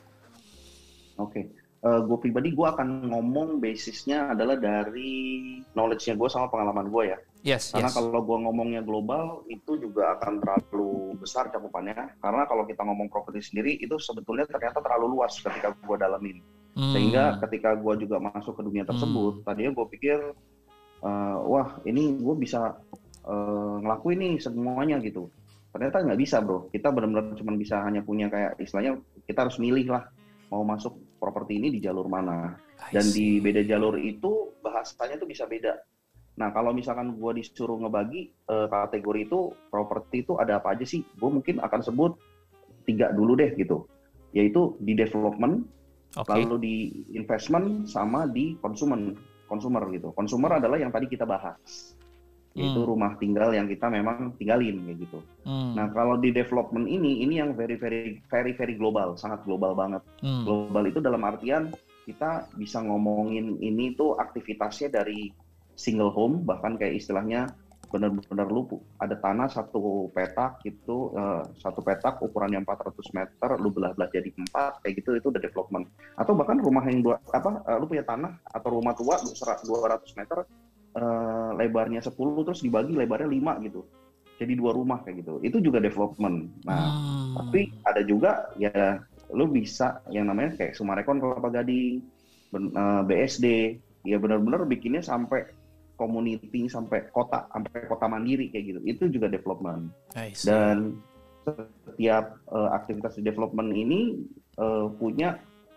Oke, okay. uh, gue pribadi gue akan ngomong basisnya adalah dari knowledge-nya gue sama pengalaman gue ya. Yes, Karena yes. kalau gue ngomongnya global itu juga akan terlalu besar cakupannya. Karena kalau kita ngomong properti sendiri itu sebetulnya ternyata terlalu luas ketika gue dalamin. Hmm. Sehingga ketika gue juga masuk ke dunia tersebut, hmm. tadinya gue pikir, uh, wah ini gue bisa uh, ngelakuin nih semuanya gitu. Ternyata nggak bisa bro. Kita benar-benar cuma bisa hanya punya kayak istilahnya kita harus milih lah mau masuk properti ini di jalur mana. Dan di beda jalur itu bahasanya tuh bisa beda. Nah, kalau misalkan gue disuruh ngebagi uh, kategori itu, properti itu ada apa aja sih? Gue mungkin akan sebut tiga dulu deh gitu. Yaitu di development, okay. lalu di investment, sama di konsumen, consumer gitu. Consumer adalah yang tadi kita bahas. Yaitu hmm. rumah tinggal yang kita memang tinggalin kayak gitu. Hmm. Nah, kalau di development ini, ini yang very, very, very, very global. Sangat global banget. Hmm. Global itu dalam artian kita bisa ngomongin ini tuh aktivitasnya dari single home, bahkan kayak istilahnya benar-benar lu ada tanah satu petak gitu, uh, satu petak ukurannya empat ratus meter, lu belah-belah jadi empat, kayak gitu itu udah development. Atau bahkan rumah yang dua, apa, uh, lu punya tanah atau rumah tua dua ratus meter, uh, lebarnya sepuluh terus dibagi lebarnya lima gitu. Jadi dua rumah kayak gitu. Itu juga development. Nah, hmm. tapi ada juga ya lu bisa yang namanya kayak Summarecon Kelapa Gading, uh, B S D, ya benar-benar bikinnya sampai community sampai kota, sampai kota mandiri kayak gitu. Itu juga development. Dan setiap uh, aktivitas development ini uh, punya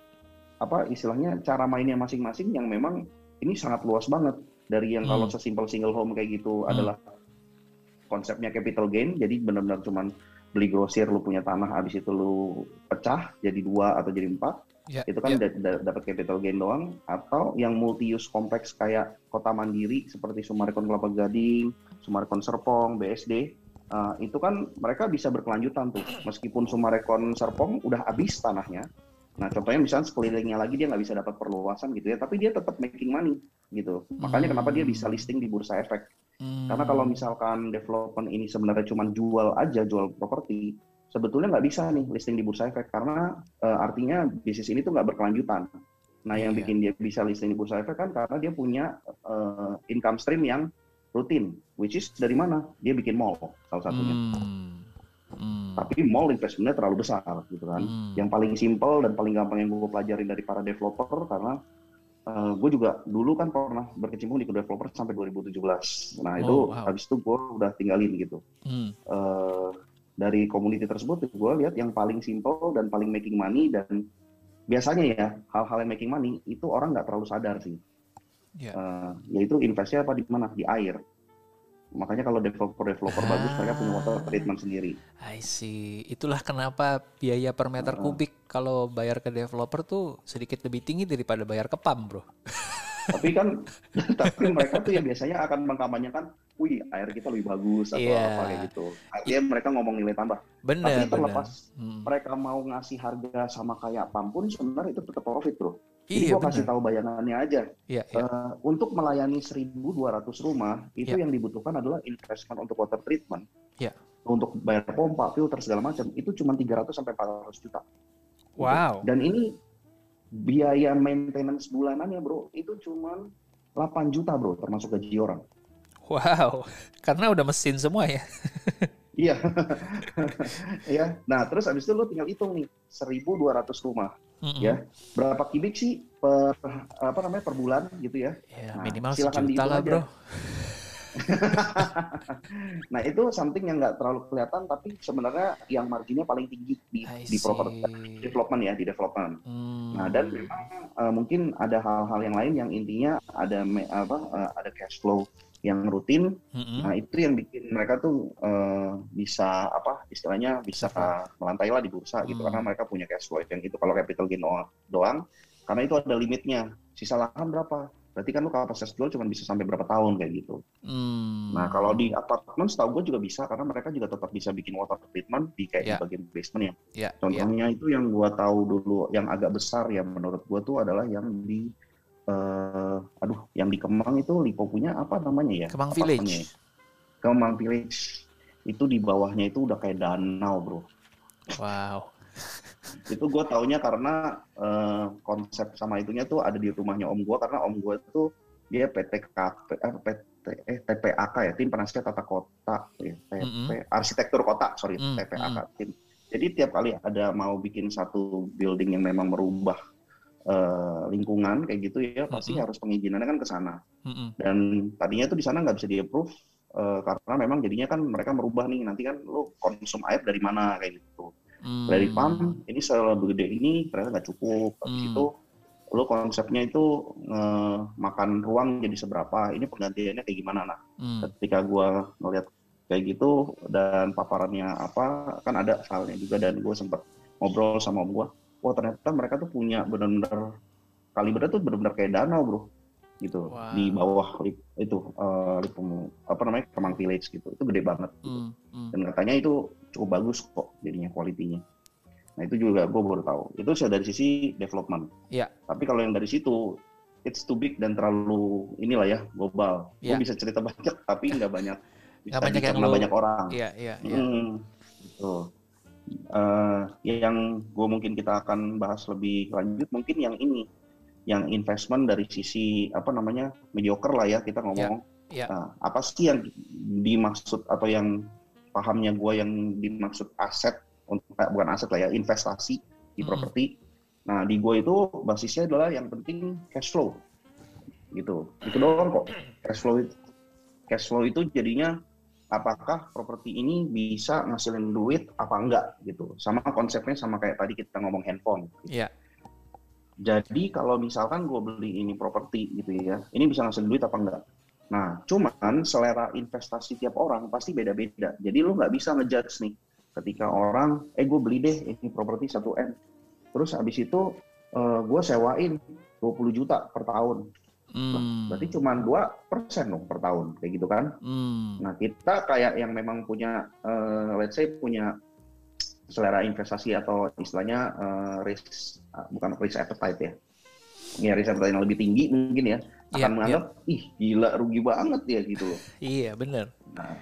apa istilahnya cara mainnya masing-masing yang memang ini sangat luas banget. Dari yang hmm. kalau sesimpel single home kayak gitu hmm. adalah konsepnya capital gain, jadi benar-benar cuman beli grosir, lu punya tanah, habis itu lu pecah jadi dua atau jadi empat. Yeah, itu kan yeah. d- d- dapat capital gain doang. Atau yang multi-use kompleks kayak kota mandiri seperti Summarecon Kelapa Gading, Summarecon Serpong, B S D, uh, itu kan mereka bisa berkelanjutan tuh. Meskipun Summarecon Serpong udah habis tanahnya, nah contohnya misalnya sekelilingnya lagi dia nggak bisa dapat perluasan gitu ya, tapi dia tetap making money gitu. Makanya hmm. kenapa dia bisa listing di Bursa Efek. Hmm. Karena kalau misalkan development ini sebenarnya cuma jual aja, jual properti, sebetulnya nggak bisa nih listing di Bursa Efek karena uh, artinya bisnis ini tuh nggak berkelanjutan. Nah, yang yeah. bikin dia bisa listing di Bursa Efek kan karena dia punya uh, income stream yang rutin, which is dari mana? Dia bikin mall salah satunya. Hmm. Hmm. Tapi mall investmentnya terlalu besar gitu kan. Hmm. Yang paling simple dan paling gampang yang gue pelajarin dari para developer karena uh, gue juga dulu kan pernah berkecimpung di developer sampai dua ribu tujuh belas. Nah itu oh, wow. habis itu gue udah tinggalin gitu. Hmm. Uh, Dari community tersebut, gue lihat yang paling simple dan paling making money, dan biasanya ya hal-hal yang making money itu orang nggak terlalu sadar sih. Yeah. Uh, yaitu investnya apa di mana? Di air. Makanya kalau developer-developer ah, bagus mereka punya water treatment sendiri. I see. Itulah kenapa biaya per meter uh, kubik kalau bayar ke developer tuh sedikit lebih tinggi daripada bayar ke pam, bro. Tapi kan, tapi mereka tuh yang biasanya akan mengkampanyekan, wih air kita lebih bagus atau yeah. apa kayak gitu. Artinya mereka ngomong nilai tambah. Bener, tapi terlepas hmm. mereka mau ngasih harga sama kayak pam pun sebenarnya itu tetap profit bro. Jadi iya, gue kasih tahu bayangannya aja. Iya, iya. Uh, untuk melayani seribu dua ratus rumah, itu yeah. yang dibutuhkan adalah investment untuk water treatment. Yeah. Untuk bayar pompa, filter segala macam, itu cuma tiga ratus sampai empat ratus juta. Wow. Dan ini biaya maintenance bulanannya bro itu cuma delapan juta bro, termasuk gaji orang. Wow, karena udah mesin semua ya. Iya. Ya. Nah terus abis itu lo tinggal hitung nih seribu dua ratus rumah, mm-hmm. ya berapa kubik sih per apa namanya per bulan gitu ya? Ya nah, minimal sejuta lah bro. Nah itu something yang nggak terlalu kelihatan tapi sebenarnya yang marginnya paling tinggi di di property development ya di development. Hmm. Nah dan memang uh, mungkin ada hal-hal yang lain yang intinya ada me, apa uh, ada cash flow yang rutin. Mm-hmm. Nah itu yang bikin mereka tuh uh, bisa apa istilahnya bisa uh, melantai lah di bursa gitu mm. karena mereka punya cash flow yang itu kalau capital gain doang, doang karena itu ada limitnya. Sisa lahan berapa? berarti kan lu kapasitas jual cuma bisa sampai berapa tahun kayak gitu. Hmm. Nah kalau di apartemen setahu gue juga bisa karena mereka juga tetap bisa bikin water treatment di kayak Ya. di bagian basement ya. Ya, ya. Contohnya itu yang gue tahu dulu yang agak besar ya menurut gue tuh adalah yang di uh, aduh yang di Kemang itu Lipo punya apa namanya ya? Kemang Apartemennya ya? Village. Kemang Village itu di bawahnya itu udah kayak danau bro. Wow. Itu gue taunya karena uh, konsep sama itunya tuh ada di rumahnya om gue karena om gue tuh dia P T K P eh, P T eh T P A K ya tim penasihat tata kota ya, T P Mm-mm. arsitektur kota sorry Mm, T P A K mm. tim. Jadi tiap kali ada mau bikin satu building yang memang merubah uh, lingkungan kayak gitu ya pasti Mm-mm. harus pengizinannya kan ke sana. Mm-mm. Dan tadinya tuh di sana nggak bisa di approve uh, karena memang jadinya kan mereka merubah nih nanti kan lo konsum air dari mana kayak gitu. Hmm. Dari pump ini segede ini ternyata nggak cukup. Habis Hmm. itu lo konsepnya itu eh, makan ruang jadi seberapa, ini penggantiannya kayak gimana. Nah Hmm. ketika gua ngeliat kayak gitu dan paparannya apa kan ada filenya juga dan gue sempat ngobrol sama om gua, wah ternyata mereka tuh punya benar-benar kalibernya tuh benar-benar kayak danau bro gitu. Wow. Di bawah lip, itu uh, lip, apa namanya Kemang Village gitu, itu gede banget gitu. Hmm. Hmm. Dan katanya itu cukup bagus kok jadinya kualitinya. Nah itu juga gue baru tahu. Itu sudah dari sisi development. Ya. Tapi kalau yang dari situ, it's too big dan terlalu inilah ya global. Ya. Gue bisa cerita banyak tapi nggak banyak bisa Nggak banyak yang dicerna lu- banyak orang. Iya, iya, iya. Hmm, gitu. Uh, yang gue mungkin kita akan bahas lebih lanjut mungkin yang ini, yang investment dari sisi apa namanya mediocre lah ya kita ngomong. Ya, ya. Nah, apa sih yang dimaksud atau yang pahamnya gue yang dimaksud aset untuk bukan aset lah ya investasi di Mm-mm. properti. Nah di gue itu basisnya adalah yang penting cash flow gitu. Itu doang kok cash flow itu. Cash flow itu jadinya apakah properti ini bisa ngasilin duit apa enggak gitu. Sama konsepnya sama kayak tadi kita ngomong handphone. Iya. Jadi kalau misalkan gue beli ini properti gitu ya, ini bisa ngasilin duit apa enggak? Nah, cuman selera investasi tiap orang pasti beda-beda. Jadi lu nggak bisa ngejudge nih. Ketika orang, eh gue beli deh ini properti satu M. Terus habis itu uh, gue sewain dua puluh juta per tahun. Nah, Hmm. berarti cuma dua persen dong per tahun, kayak gitu kan. Hmm. Nah, kita kayak yang memang punya, uh, let's say punya selera investasi atau istilahnya uh, risk, uh, bukan risk appetite ya. Ya risk appetite yang lebih tinggi mungkin ya. Akan Iya, menganggap, ih gila rugi banget ya gitu loh. Iya, benar. Nah,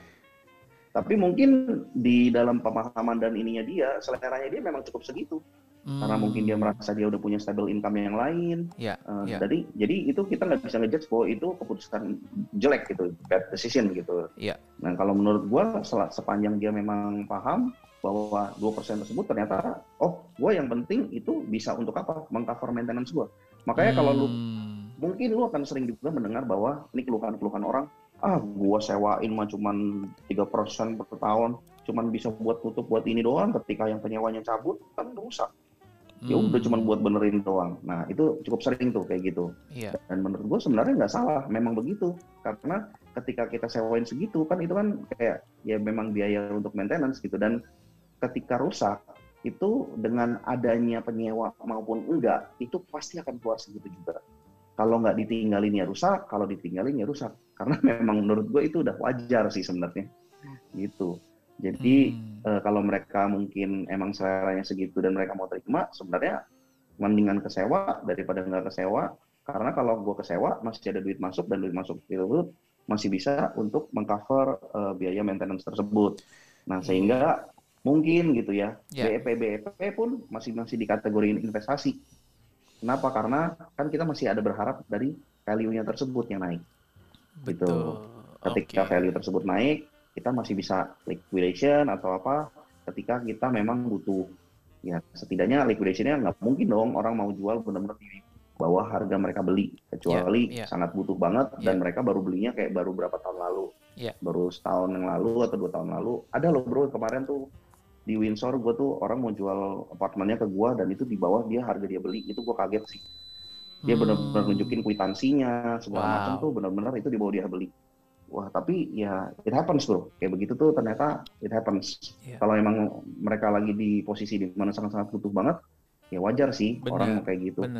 tapi mungkin di dalam pemahaman dan ininya dia, seleranya dia memang cukup segitu. Karena Hmm. mungkin dia merasa dia udah punya stable income yang lain. Iya, Uh, iya. jadi, jadi itu kita nggak bisa ngejudge bahwa itu keputusan jelek gitu, bad decision gitu. Iya. Nah kalau menurut gua sel- sepanjang dia memang paham bahwa dua persen tersebut ternyata, oh gua yang penting itu bisa untuk apa? Mengcover maintenance gua. Makanya kalau lu Hmm. mungkin lu akan sering juga mendengar bahwa ini keluhan-keluhan orang, ah gua sewain mah cuman tiga persen per tahun, cuman bisa buat tutup buat ini doang, ketika yang penyewanya cabut kan rusak. Ya udah Hmm. cuman buat benerin doang. Nah itu cukup sering tuh kayak gitu. Iya. Dan menurut gua sebenarnya nggak salah, memang begitu. Karena ketika kita sewain segitu kan itu kan kayak ya memang biaya untuk maintenance gitu. Dan ketika rusak itu dengan adanya penyewa maupun enggak itu pasti akan keluar segitu juga. Kalau nggak ditinggalin ya rusak, kalau ditinggalin ya rusak. Karena memang menurut gue itu udah wajar sih sebenarnya, gitu. Jadi Hmm. eh, kalau mereka mungkin emang seleranya segitu dan mereka mau terima, sebenarnya mendingan kesewa daripada nggak kesewa. Karena kalau gue kesewa masih ada duit masuk dan duit masuk itu masih bisa untuk mengcover eh, biaya maintenance tersebut. Nah sehingga mungkin gitu ya, Ya. B E P B E P pun masih masih dikategoriin investasi. Kenapa? Karena kan kita masih ada berharap dari value-nya tersebut yang naik. Gitu. Betul. Ketika Oke. value tersebut naik, kita masih bisa liquidation atau apa ketika kita memang butuh. Ya setidaknya liquidation-nya nggak mungkin dong orang mau jual benar-benar di bawah harga mereka beli. Kecuali Ya, ya. sangat butuh banget dan Ya. mereka baru belinya kayak baru berapa tahun lalu. Ya. Baru setahun yang lalu atau dua tahun lalu. Ada loh bro kemarin tuh di Windsor gue tuh orang mau jual apartemennya ke gue dan itu di bawah dia harga dia beli. Itu gue kaget sih. Dia Hmm. benar-benar nunjukin kwitansinya segala Wow. macam tuh benar-benar itu di bawah dia beli. Wah tapi ya it happens bro, kayak begitu tuh ternyata it happens. Iya. Kalau emang mereka lagi di posisi di mana sangat-sangat butuh banget, ya wajar sih Benar, orang kayak gitu. Benar.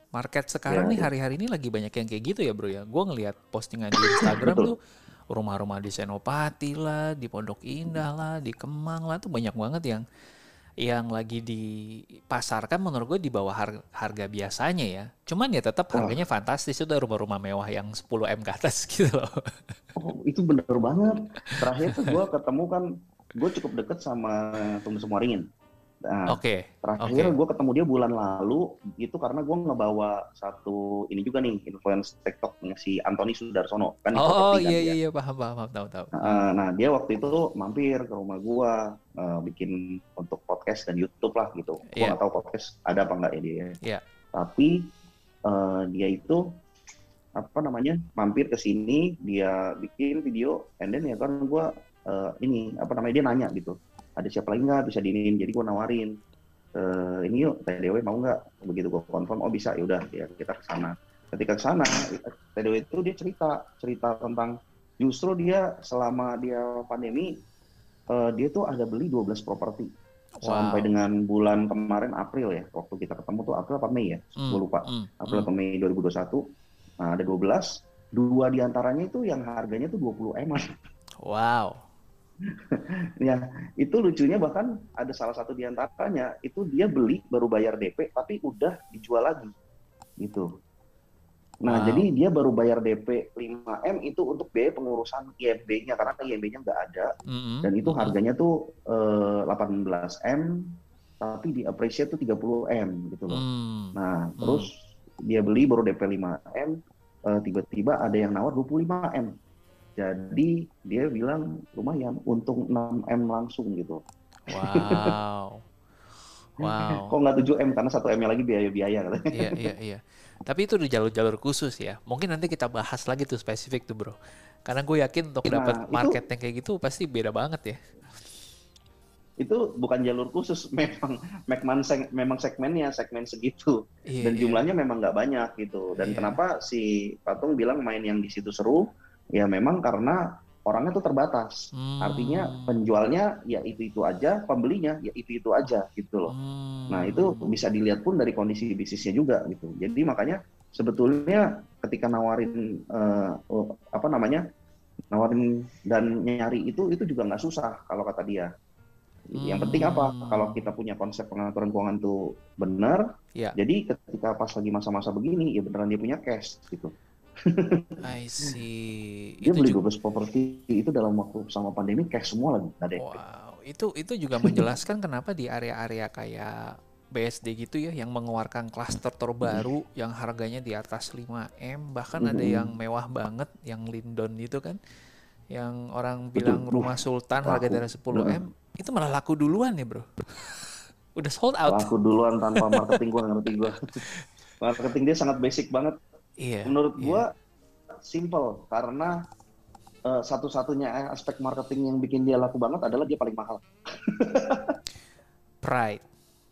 Market sekarang Ya, nih ya. hari-hari ini lagi banyak yang kayak gitu ya bro ya. Gue ngelihat postingan di Instagram Betul. tuh rumah-rumah di Senopati lah, di Pondok Indah lah, di Kemang lah tuh banyak banget yang yang lagi dipasarkan menurut gue di bawah har- harga biasanya ya. Cuman ya tetap Wah, harganya fantastis, itu udah rumah-rumah mewah yang sepuluh M ke atas gitu loh. oh, itu bener banget. Terakhir tuh gue ketemu kan, gue cukup deket sama Tunggu Semuaringin. Nah, Oke, terakhir oke. gue ketemu dia bulan lalu, itu karena gue ngebawa satu ini juga nih, influence TikToknya si Anthony Sudarsono, kan di Oh properti kan iya iya dia. iya paham paham paham tahu tahu. Hmm. Nah, nah, dia waktu itu mampir ke rumah gue, eh, bikin untuk podcast dan YouTube lah gitu. Gue Iya nggak tahu podcast ada apa nggak ya dia. iya. Tapi eh, dia itu apa namanya mampir ke sini, dia bikin video, and then ya kan gue eh, ini apa namanya dia nanya gitu, ada siapa lagi nggak bisa diinin, jadi gue nawarin eh, ini yuk T D W mau nggak, begitu gue confirm oh bisa, ya udah ya kita ke sana. Ketika ke sana T D W itu dia cerita cerita tentang justru dia selama dia pandemi eh, dia tuh ada beli dua belas properti sampai Wow. dengan bulan kemarin April ya, waktu kita ketemu tuh April apa Mei ya, Hmm, gue lupa, hmm, April hmm. atau Mei dua ribu dua puluh satu. Nah, ada dua belas, dua diantaranya itu yang harganya tuh dua puluh M. Wow. Ya, itu lucunya bahkan ada salah satu diantaranya, itu dia beli baru bayar D P, tapi udah dijual lagi, gitu. Nah, Wow. jadi dia baru bayar D P lima M itu untuk biaya pengurusan I M B-nya, karena I M B-nya nggak ada, Mm-mm, dan itu mm-mm. harganya tuh eh, delapan belas M, tapi di appreciate tuh tiga puluh M, gitu loh. Hmm, Nah, hmm. terus dia beli baru D P lima M, eh, tiba-tiba ada yang nawar dua puluh lima M. Jadi dia bilang lumayan, untung enam M langsung gitu. Wow. Wow. Kok nggak tujuh M, karena satu M-nya lagi biaya-biaya katanya. Iya, iya, iya. Tapi itu di jalur-jalur khusus ya. Mungkin nanti kita bahas lagi tuh spesifik tuh bro. Karena gue yakin untuk Nah, dapat itu market yang kayak gitu pasti beda banget ya. itu bukan jalur khusus, memang memang seg- memang segmennya segmen segitu, Iya, dan iya. jumlahnya memang nggak banyak gitu. Dan Iya. kenapa si Patung bilang main yang di situ seru? Ya memang karena orangnya tuh terbatas. Artinya Hmm, penjualnya ya itu-itu aja, pembelinya ya itu-itu aja gitu loh. Nah, itu hmm. bisa dilihat pun dari kondisi bisnisnya juga gitu. Jadi makanya sebetulnya ketika nawarin eh, oh, apa namanya? nawarin dan nyari itu itu juga nggak susah kalau kata dia. Yang penting apa? Kalau Hmm. kita punya konsep pengaturan keuangan tuh benar, Ya, jadi ketika pas lagi masa-masa begini ya beneran dia punya cash gitu. I see. Dia Itu beli juga, dua belas properti itu dalam waktu sama pandemi, cash semua lagi, nggak ada D P. wow. Itu itu juga menjelaskan kenapa di area-area kayak B S D gitu ya, yang mengeluarkan klaster terbaru yang harganya di atas lima M, bahkan ada Mhm. yang mewah banget, yang Lindon itu kan, yang orang Betul. bilang Uh, rumah sultan harga laku. dari sepuluh Bener. M, itu malah laku duluan ya bro. Udah sold out. Laku duluan tanpa marketing, gua nggak ngerti gua. Marketing dia sangat basic banget. Iya, Menurut iya. gua simple, karena eh, satu-satunya aspek marketing yang bikin dia laku banget adalah dia paling mahal. Pride.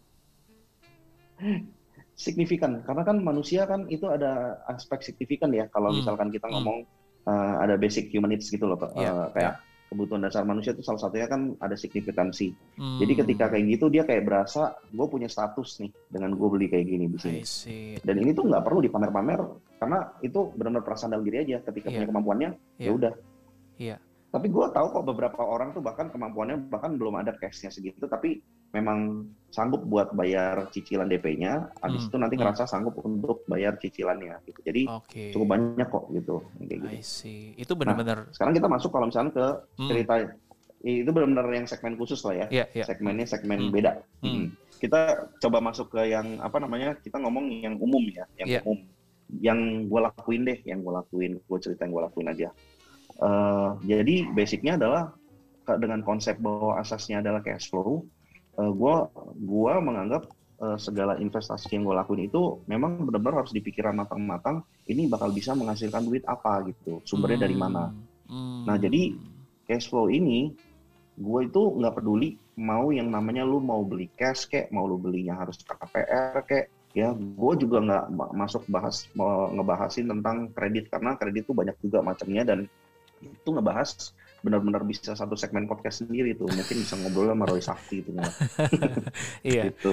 Signifikan, karena kan manusia kan itu ada aspek signifikan ya. Kalau Hmm, misalkan kita hmm. ngomong eh, ada basic human needs gitu loh, Pak. Iya, Eh, kayak kebutuhan dasar manusia itu salah satunya kan ada signifikansi. Hmm. Jadi ketika kayak gitu dia kayak berasa gue punya status nih dengan gue beli kayak gini di sini. I see. Dan ini tuh nggak perlu dipamer-pamer, karena itu benar-benar perasaan dalam diri aja. Ketika Iya. punya kemampuannya, Iya. ya udah. Iya. Tapi gue tahu kok beberapa orang tuh bahkan kemampuannya bahkan belum ada cashnya segitu, tapi memang sanggup buat bayar cicilan D P-nya. Habis Hmm, itu nanti hmm. ngerasa sanggup untuk bayar cicilannya. Gitu. Jadi Oke. cukup banyak kok gitu, kayak gitu. I see. Itu benar-benar. Sekarang kita masuk kalau misalnya ke Hmm. cerita itu benar-benar yang segmen khusus lah ya. Iya, iya. Segmennya segmen Hmm. beda. Hmm. Mm. Kita coba masuk ke yang apa namanya? Kita ngomong yang umum ya, yang Iya. umum. Yang gue lakuin deh, yang gue lakuin, gue cerita yang gue lakuin aja. Eh, jadi basicnya adalah ke- dengan konsep bahwa asasnya adalah cash flow. Uh, gue gua menganggap eh, segala investasi yang gue lakuin itu memang benar-benar harus dipikirkan matang-matang. Ini bakal bisa menghasilkan duit apa gitu, sumbernya dari mana. Hmm. Nah, jadi cash flow ini gue itu nggak peduli mau yang namanya lu mau beli cash kek, mau lu belinya harus K P R kek, ya gue juga nggak ma- masuk bahas mau ngebahasin tentang kredit, karena kredit tuh banyak juga macamnya, dan itu ngebahas benar-benar bisa satu segmen podcast sendiri tuh, mungkin bisa ngobrol sama Roy Sakti itu Iya. gitu.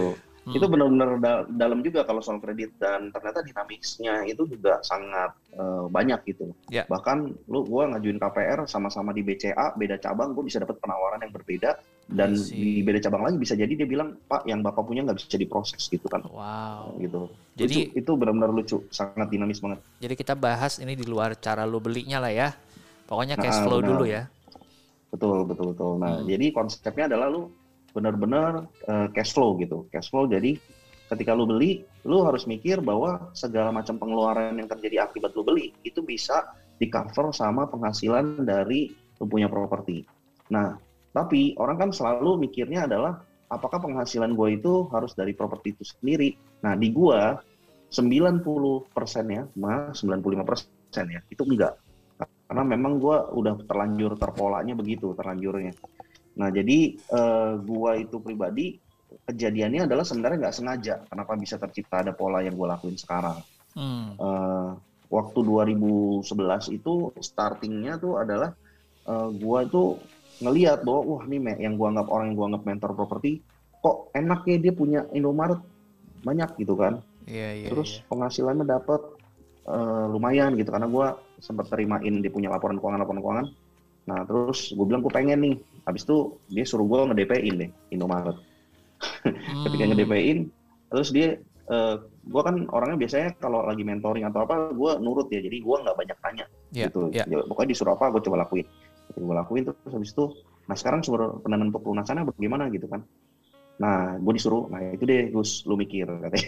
Hmm. Itu benar-benar da- dalam juga kalau soal kredit, dan ternyata dinamicsnya itu juga sangat uh, banyak gitu. Yeah. Bahkan lu gua ngajuin K P R sama-sama di B C A, beda cabang, gua bisa dapat penawaran yang berbeda, dan di beda cabang lagi bisa jadi dia bilang, Pak, yang Bapak punya nggak bisa diproses gitu kan. Wow. Gitu. Jadi lucu, itu benar-benar lucu, sangat dinamis banget. Jadi kita bahas ini di luar cara lu belinya lah ya. Pokoknya cash Nah, flow benar. dulu ya. Betul, betul, betul. Nah, Hmm. jadi konsepnya adalah lu benar-benar uh, cash flow gitu. Cash flow jadi ketika lu beli, lu harus mikir bahwa segala macam pengeluaran yang terjadi akibat lu beli itu bisa di-cover sama penghasilan dari lu punya properti. Nah, tapi orang kan selalu mikirnya adalah apakah penghasilan gue itu harus dari properti itu sendiri. Nah, di gua sembilan puluh persen ya, mah sembilan puluh lima persen ya, itu enggak. Karena memang gue udah terlanjur terpolanya begitu, terlanjurnya. Nah, jadi uh, gue itu pribadi, kejadiannya adalah sebenarnya nggak sengaja. Kenapa bisa tercipta ada pola yang gue lakuin sekarang. Hmm. Uh, waktu dua ribu sebelas itu, startingnya tuh adalah uh, gue itu ngelihat bahwa, wah nih yang gue anggap orang yang gue anggap mentor properti, kok enaknya dia punya Indomaret banyak gitu kan. Yeah, yeah, Terus yeah. penghasilannya dapat uh, lumayan gitu, karena gue sempat terimain dia punya laporan keuangan-laporan keuangan. Nah, terus gue bilang gue pengen nih. Habis itu dia suruh gue nge-D P-in deh Indomaret. Hmm. Ketika nge-D P-in, terus dia, uh, gue kan orangnya biasanya kalau lagi mentoring atau apa, gue nurut ya. Jadi gue nggak banyak tanya Yeah, gitu. yeah. Ya, pokoknya disuruh apa, gue coba lakuin. Gue lakuin terus habis itu, nah sekarang sumber pendanaan untuk pelunasannya bagaimana gitu kan. Nah, gue disuruh, nah itu deh Gus, lu mikir katanya.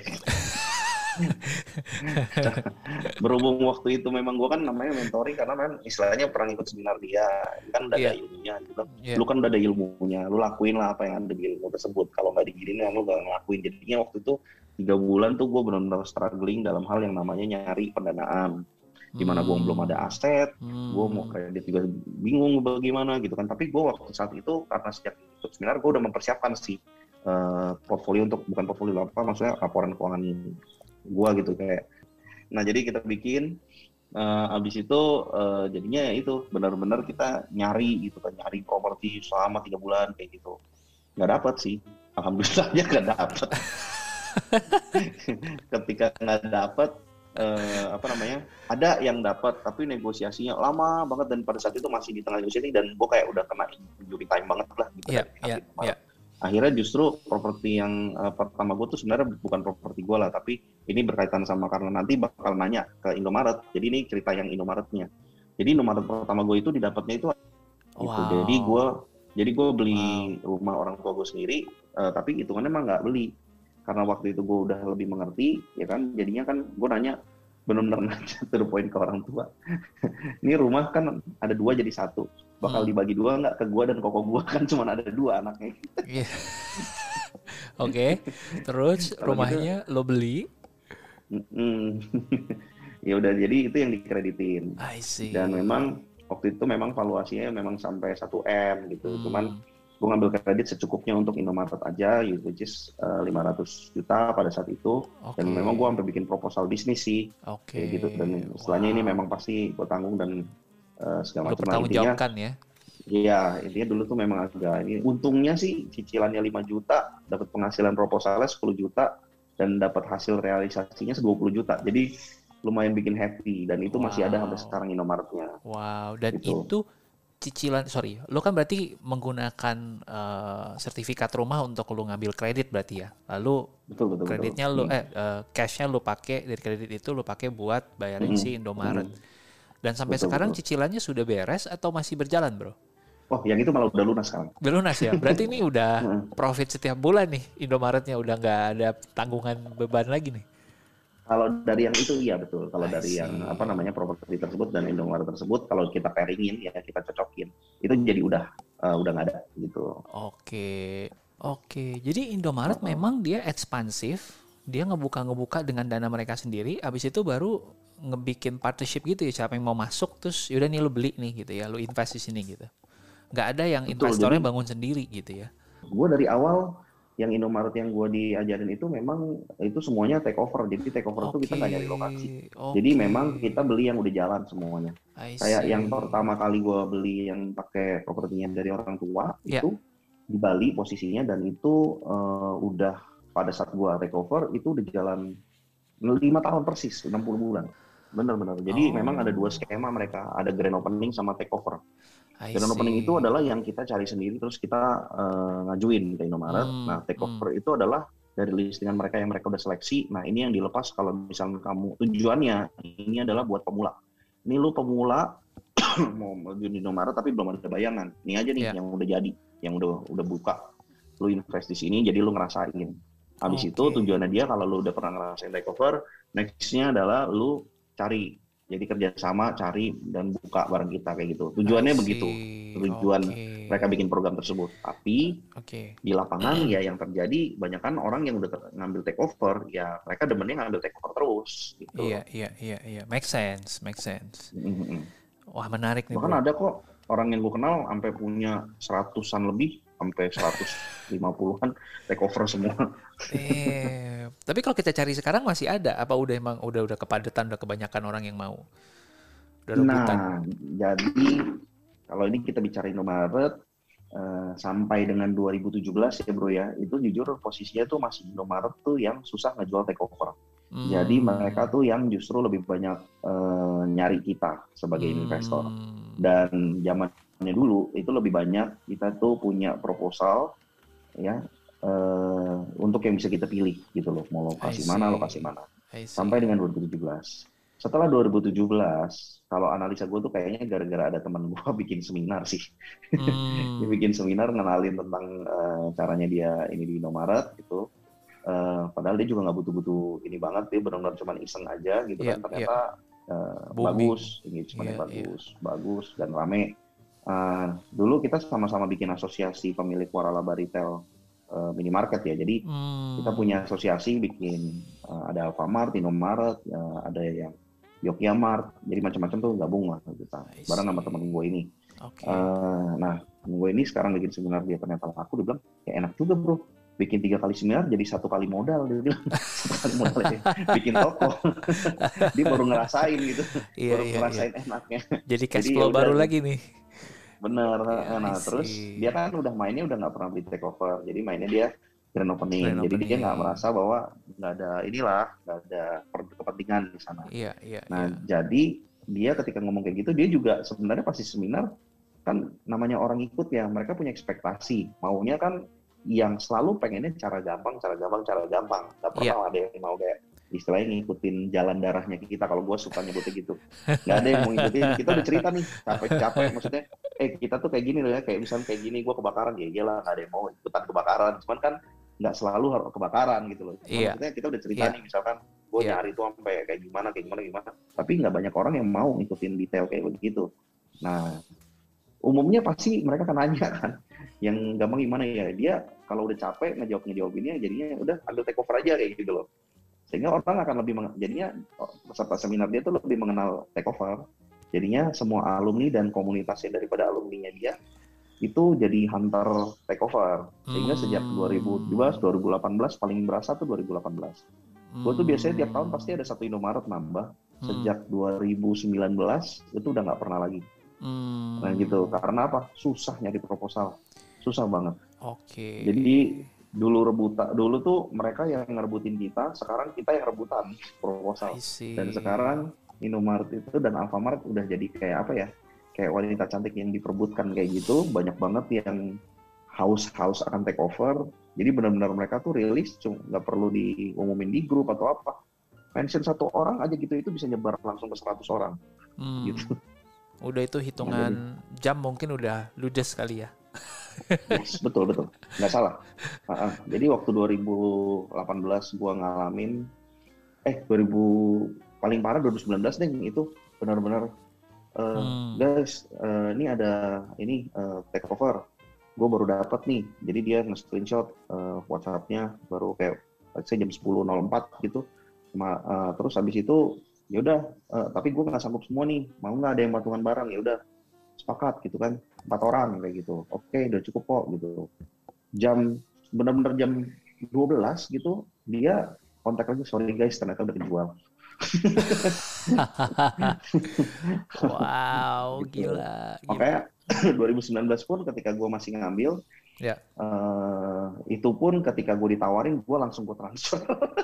Berhubung waktu itu memang gue kan namanya mentoring karena kan istilahnya pernah ikut seminar dia, kan udah Yeah. ada ilmunya gitu. Yeah. Lu kan udah ada ilmunya, lu lakuin lah apa yang ada di ilmu tersebut. Kalau nggak diginin lu nggak ngelakuin. Jadinya waktu itu tiga bulan tuh gue benar-benar struggling dalam hal yang namanya nyari pendanaan. Dimana gue belum ada aset, Hmm. gue mau kredit juga bingung bagaimana gitu kan. Tapi gue waktu saat itu karena sejak ikut seminar gue udah mempersiapkan sih uh, portfolio untuk, bukan portfolio apa, maksudnya laporan keuangan gue gitu kayak. Nah jadi kita bikin, uh, abis itu uh, jadinya ya itu benar-benar kita nyari gitu kan, nyari properti selama tiga bulan kayak gitu. Nggak dapat sih, alhamdulillahnya nggak dapat. Ketika nggak dapat, uh, apa namanya, ada yang dapat tapi negosiasinya lama banget, dan pada saat itu masih di tengah negosiasi dan gue kayak udah kena injury time banget lah gitu. Iya, kan. iya, iya. Akhirnya justru properti yang uh, pertama gue tuh sebenarnya bukan properti gue lah, tapi ini berkaitan sama karena nanti bakal nanya ke Indomaret. Jadi ini cerita yang Indomaretnya. Jadi Indomaret pertama gue itu didapatnya itu gitu. Wow. Jadi gue jadi gue beli Wow. rumah orang tua gue sendiri, uh, tapi hitungannya emang nggak beli. Karena waktu itu gue udah lebih mengerti, ya kan. Jadinya kan gue nanya, benar-benar nanya to the point ke orang tua. Ini rumah kan ada dua jadi satu. Bakal Hmm. dibagi dua nggak ke gue dan koko gue, kan cuma ada dua anaknya. Iya. Oke, terus Kalau rumahnya lo beli? Mm-mm. Ya udah, jadi itu yang dikreditin. I see. Dan memang waktu itu memang valuasinya memang sampai satu M gitu. Hmm. Cuman gue ngambil kredit secukupnya untuk Indomaret aja, which is uh, lima ratus juta pada saat itu. Oke. Dan memang gue sampai bikin proposal bisnis sih, Oke. kayak gitu. Dan setelahnya ini Wow. memang pasti gue tanggung dan uh, segala Lo macam. bertanggung Intinya, jawabkan ya? iya, intinya dulu tuh memang agak ini. Untungnya sih cicilannya lima juta, dapat penghasilan proposalnya sepuluh juta, dan dapat hasil realisasinya dua puluh juta. Jadi lumayan bikin happy, dan itu masih ada sampai Wow. sekarang Indomaretnya. Wow, dan Gitu. itu cicilan, sorry, lo kan berarti menggunakan eh, sertifikat rumah untuk lo ngambil kredit berarti ya. Lalu Betul, betul, kreditnya betul. lo, Hmm. eh eh, cashnya lo pakai dari kredit itu lo pakai buat bayarin Mm-mm. si Indomaret. Mm-mm. Dan sampai Betul, sekarang betul. cicilannya sudah beres atau masih berjalan, bro? Oh, yang itu malah udah lunas sekarang. Udah lunas ya? Berarti ini udah Heeh. profit setiap bulan nih Indomaretnya, udah nggak ada tanggungan beban lagi nih. Kalau dari yang itu iya betul. Kalau I dari see. yang apa namanya properti tersebut dan Indomaret tersebut, kalau kita pairingin ya, kita cocokin, itu jadi udah uh, udah nggak ada gitu. Oke, oke. Jadi Indomaret memang dia ekspansif, dia ngebuka-ngebuka dengan dana mereka sendiri. Abis itu baru ngebikin partnership gitu ya, siapa yang mau masuk, terus yaudah nih lo beli nih gitu ya, lo invest di sini gitu. Nggak ada yang Betul, investornya jadi- bangun sendiri gitu ya. Gue dari awal yang Indomaret yang gue diajarin itu memang itu semuanya take over. Jadi take over itu kita nggak nyari lokasi. Jadi oke. memang kita beli yang udah jalan semuanya. I Kayak see. yang pertama kali gue beli yang pakai propertinya dari orang tua Ya. itu di Bali posisinya, dan itu uh, udah pada saat gue take over itu udah jalan lima tahun persis, enam puluh bulan. Benar-benar. Jadi Oh. memang ada dua skema mereka, ada grand opening sama take over. I Grand opening see. itu adalah yang kita cari sendiri terus kita uh, ngajuin ke Indomaret. Hmm, Nah, take hmm. over itu adalah dari listingan mereka yang mereka udah seleksi. Nah, ini yang dilepas kalau misalnya kamu tujuannya ini adalah buat pemula. Ini lu pemula mau maju di Indomaret tapi belum ada bayangan. Ini aja nih Yeah. yang udah jadi, yang udah udah buka. Lu invest di sini jadi lu ngerasain. Habis Oke. itu tujuannya dia kalau lu udah pernah ngerasain take over, next-nya adalah lu cari. Jadi kerjasama, cari, dan buka bareng kita kayak gitu. Tujuannya I begitu. see. Tujuan Oke. mereka bikin program tersebut. Tapi Oke. di lapangan ya yang terjadi banyak kan orang yang udah ter- ngambil take over, ya mereka demennya ngambil take over terus. Gitu. Iya, iya, iya, iya. Make sense, make sense. Mm-mm. Wah, menarik nih, Bahkan bro. ada kok orang yang gue kenal sampai punya seratusan lebih, sampai seratus lima puluhan take over semua. Eh, tapi kalau kita cari sekarang masih ada? Apa udah emang udah udah kepadatan, udah kebanyakan orang yang mau? Udah rebutan? Nah, jadi kalau ini kita bicara Indomaret eh, sampai dengan dua ribu tujuh belas ya bro ya, itu jujur posisinya tuh masih Indomaret tuh yang susah ngejual take over. Hmm. Jadi mereka tuh yang justru lebih banyak eh, nyari kita sebagai Hmm. investor. Dan zamannya dulu itu lebih banyak kita tuh punya proposal ya eh, untuk yang bisa kita pilih gitu loh, mau lokasi I mana, see. lokasi mana. I see. Sampai dengan dua ribu tujuh belas. Setelah dua ribu tujuh belas, kalau analisa gue tuh kayaknya gara-gara ada teman gue bikin seminar sih. Hmm. Dia bikin seminar ngenalin tentang eh, caranya dia ini di Indomaret gitu. Eh, padahal dia juga nggak butuh-butuh ini banget, dia benar-benar cuma iseng aja gitu Iya, kan. Ternyata eh, Booming. bagus, engagementnya Iya, bagus, bagus dan rame. Eh, dulu kita sama-sama bikin asosiasi pemilik waralaba retail eh, minimarket ya. Jadi Hmm. kita punya asosiasi bikin uh, ada Alfamart, Indomaret, uh, ada yang Yogyamart, jadi macam-macam tuh gabung lah kita I bareng sama see. temen gue ini. Oke. Uh, nah temen gue ini sekarang bikin seminar, dia ternyata laku, dia bilang ya enak juga bro, bikin tiga kali seminar jadi satu kali modal, dia bilang satu kali modal ya. Bikin toko. Dia baru ngerasain gitu, Iya, baru iya, ngerasain enaknya. Jadi cash Jadi flow ya udah baru nih. lagi nih. Bener, Ya, nah I terus see. dia kan udah mainnya udah nggak pernah beli take over, jadi mainnya dia grand opening, Grand jadi dia opening. nggak merasa bahwa nggak ada inilah, nggak ada per- kepentingan di sana. Iya, iya, Nah iya. jadi dia ketika ngomong kayak gitu, dia juga sebenarnya pasti seminar kan namanya orang ikut ya, mereka punya ekspektasi, maunya kan yang selalu pengennya cara gampang, cara gampang, cara gampang, nggak pernah ada yang mau kayak istilahnya ngikutin jalan darahnya kita. Kalau gue suka nyebutnya gitu, nggak ada yang mau ngikutin. Kita udah cerita nih capek-capek, maksudnya eh kita tuh kayak gini loh ya, kayak misalnya kayak gini gue kebakaran, ya iyalah nggak ada yang mau ikutan kebakaran, cuman kan nggak selalu harus kebakaran gitu loh. Cuman Iya. maksudnya kita udah cerita Iya. nih, misalkan gue Iya. nyari tuh sampai kayak gimana kayak gimana gimana, tapi nggak banyak orang yang mau ngikutin detail kayak begitu. Nah umumnya pasti mereka akan nanya kan, yang gampang gimana ya, dia kalau udah capek ngejawab ngejawabinnya jadinya udah ambil take over aja kayak gitu loh. Sehingga orang akan lebih meng- jadinya peserta seminar dia tuh lebih mengenal take over. Jadinya semua alumni dan komunitasnya daripada alumninya dia itu jadi hunter take over. Sehingga Hmm. sejak dua ribu tujuh belas, dua ribu delapan belas paling berasa tuh dua ribu delapan belas. Gue tuh biasanya tiap tahun pasti ada satu Indomaret nambah. Hmm. Sejak dua ribu sembilan belas itu udah nggak pernah lagi. Hmm. Nah gitu. Karena apa? Susah nyari proposal. Susah banget. Oke. Jadi dulu rebuta, dulu tuh mereka yang ngerebutin kita, sekarang kita yang rebutan proposal. I see. Dan sekarang Indomaret itu dan Alfamart udah jadi kayak apa ya? Kayak wanita cantik yang diperebutkan kayak gitu. Banyak banget yang haus-haus akan take over. Jadi benar-benar mereka tuh rilis, cuma nggak perlu diumumin di grup atau apa. Mention satu orang aja gitu, itu bisa nyebar langsung ke seratus orang. Hmm. Gitu. Udah itu hitungan jam mungkin udah ludes kali ya. Yes, betul betul, nggak salah. Uh-uh. Jadi waktu dua ribu delapan belas gua ngalamin, eh dua ribu paling parah dua ribu sembilan belas deh itu benar-benar uh, Hmm. guys, uh, ini ada ini uh, take over, gue baru dapat nih. Jadi dia nge-screenshot uh, WhatsApp-nya baru kayak let's say jam sepuluh nol empat gitu. Ma, uh, terus habis itu ya udah, uh, tapi gue nggak sanggup semua nih, mau nggak ada yang patungan barang, ya udah sepakat gitu kan, empat orang kayak gitu, oke udah cukup kok gitu. Jam benar-benar jam dua belas gitu dia kontak lagi, sorry guys ternyata udah kejual. Wow, Gitu. gila, gila. Makanya dua ribu sembilan belas pun ketika gue masih ngambil, Ya. uh, itu pun ketika gue ditawarin, gue langsung gue transfer.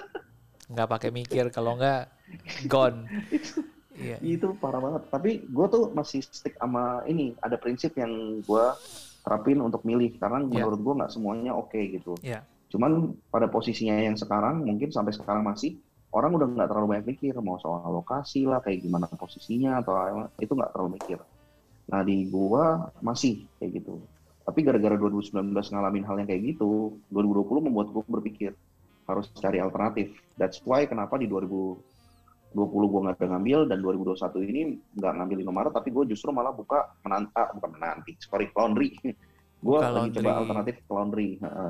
Nggak pakai mikir, kalau nggak gone. Iya. Itu parah banget. Tapi gue tuh masih stick sama ini. Ada prinsip yang gue terapin untuk milih. Karena menurut gue nggak semuanya oke okay, gitu. Iya. Cuman pada posisinya yang sekarang, mungkin sampai sekarang masih, orang udah nggak terlalu banyak mikir. Mau soal lokasi lah, kayak gimana posisinya, atau itu nggak terlalu mikir. Nah di gue masih kayak gitu. Tapi gara-gara dua ribu sembilan belas ngalamin hal yang kayak gitu, dua ribu dua puluh membuat gue berpikir harus cari alternatif. That's why kenapa di dua ribu dua puluh gue nggak ada ngambil, dan dua ribu dua puluh satu ini nggak ngambil Indomaret, tapi gue justru malah buka menanti, ah, bukan menanti, sorry, laundry. Gue lagi laundry. coba alternatif ke laundry.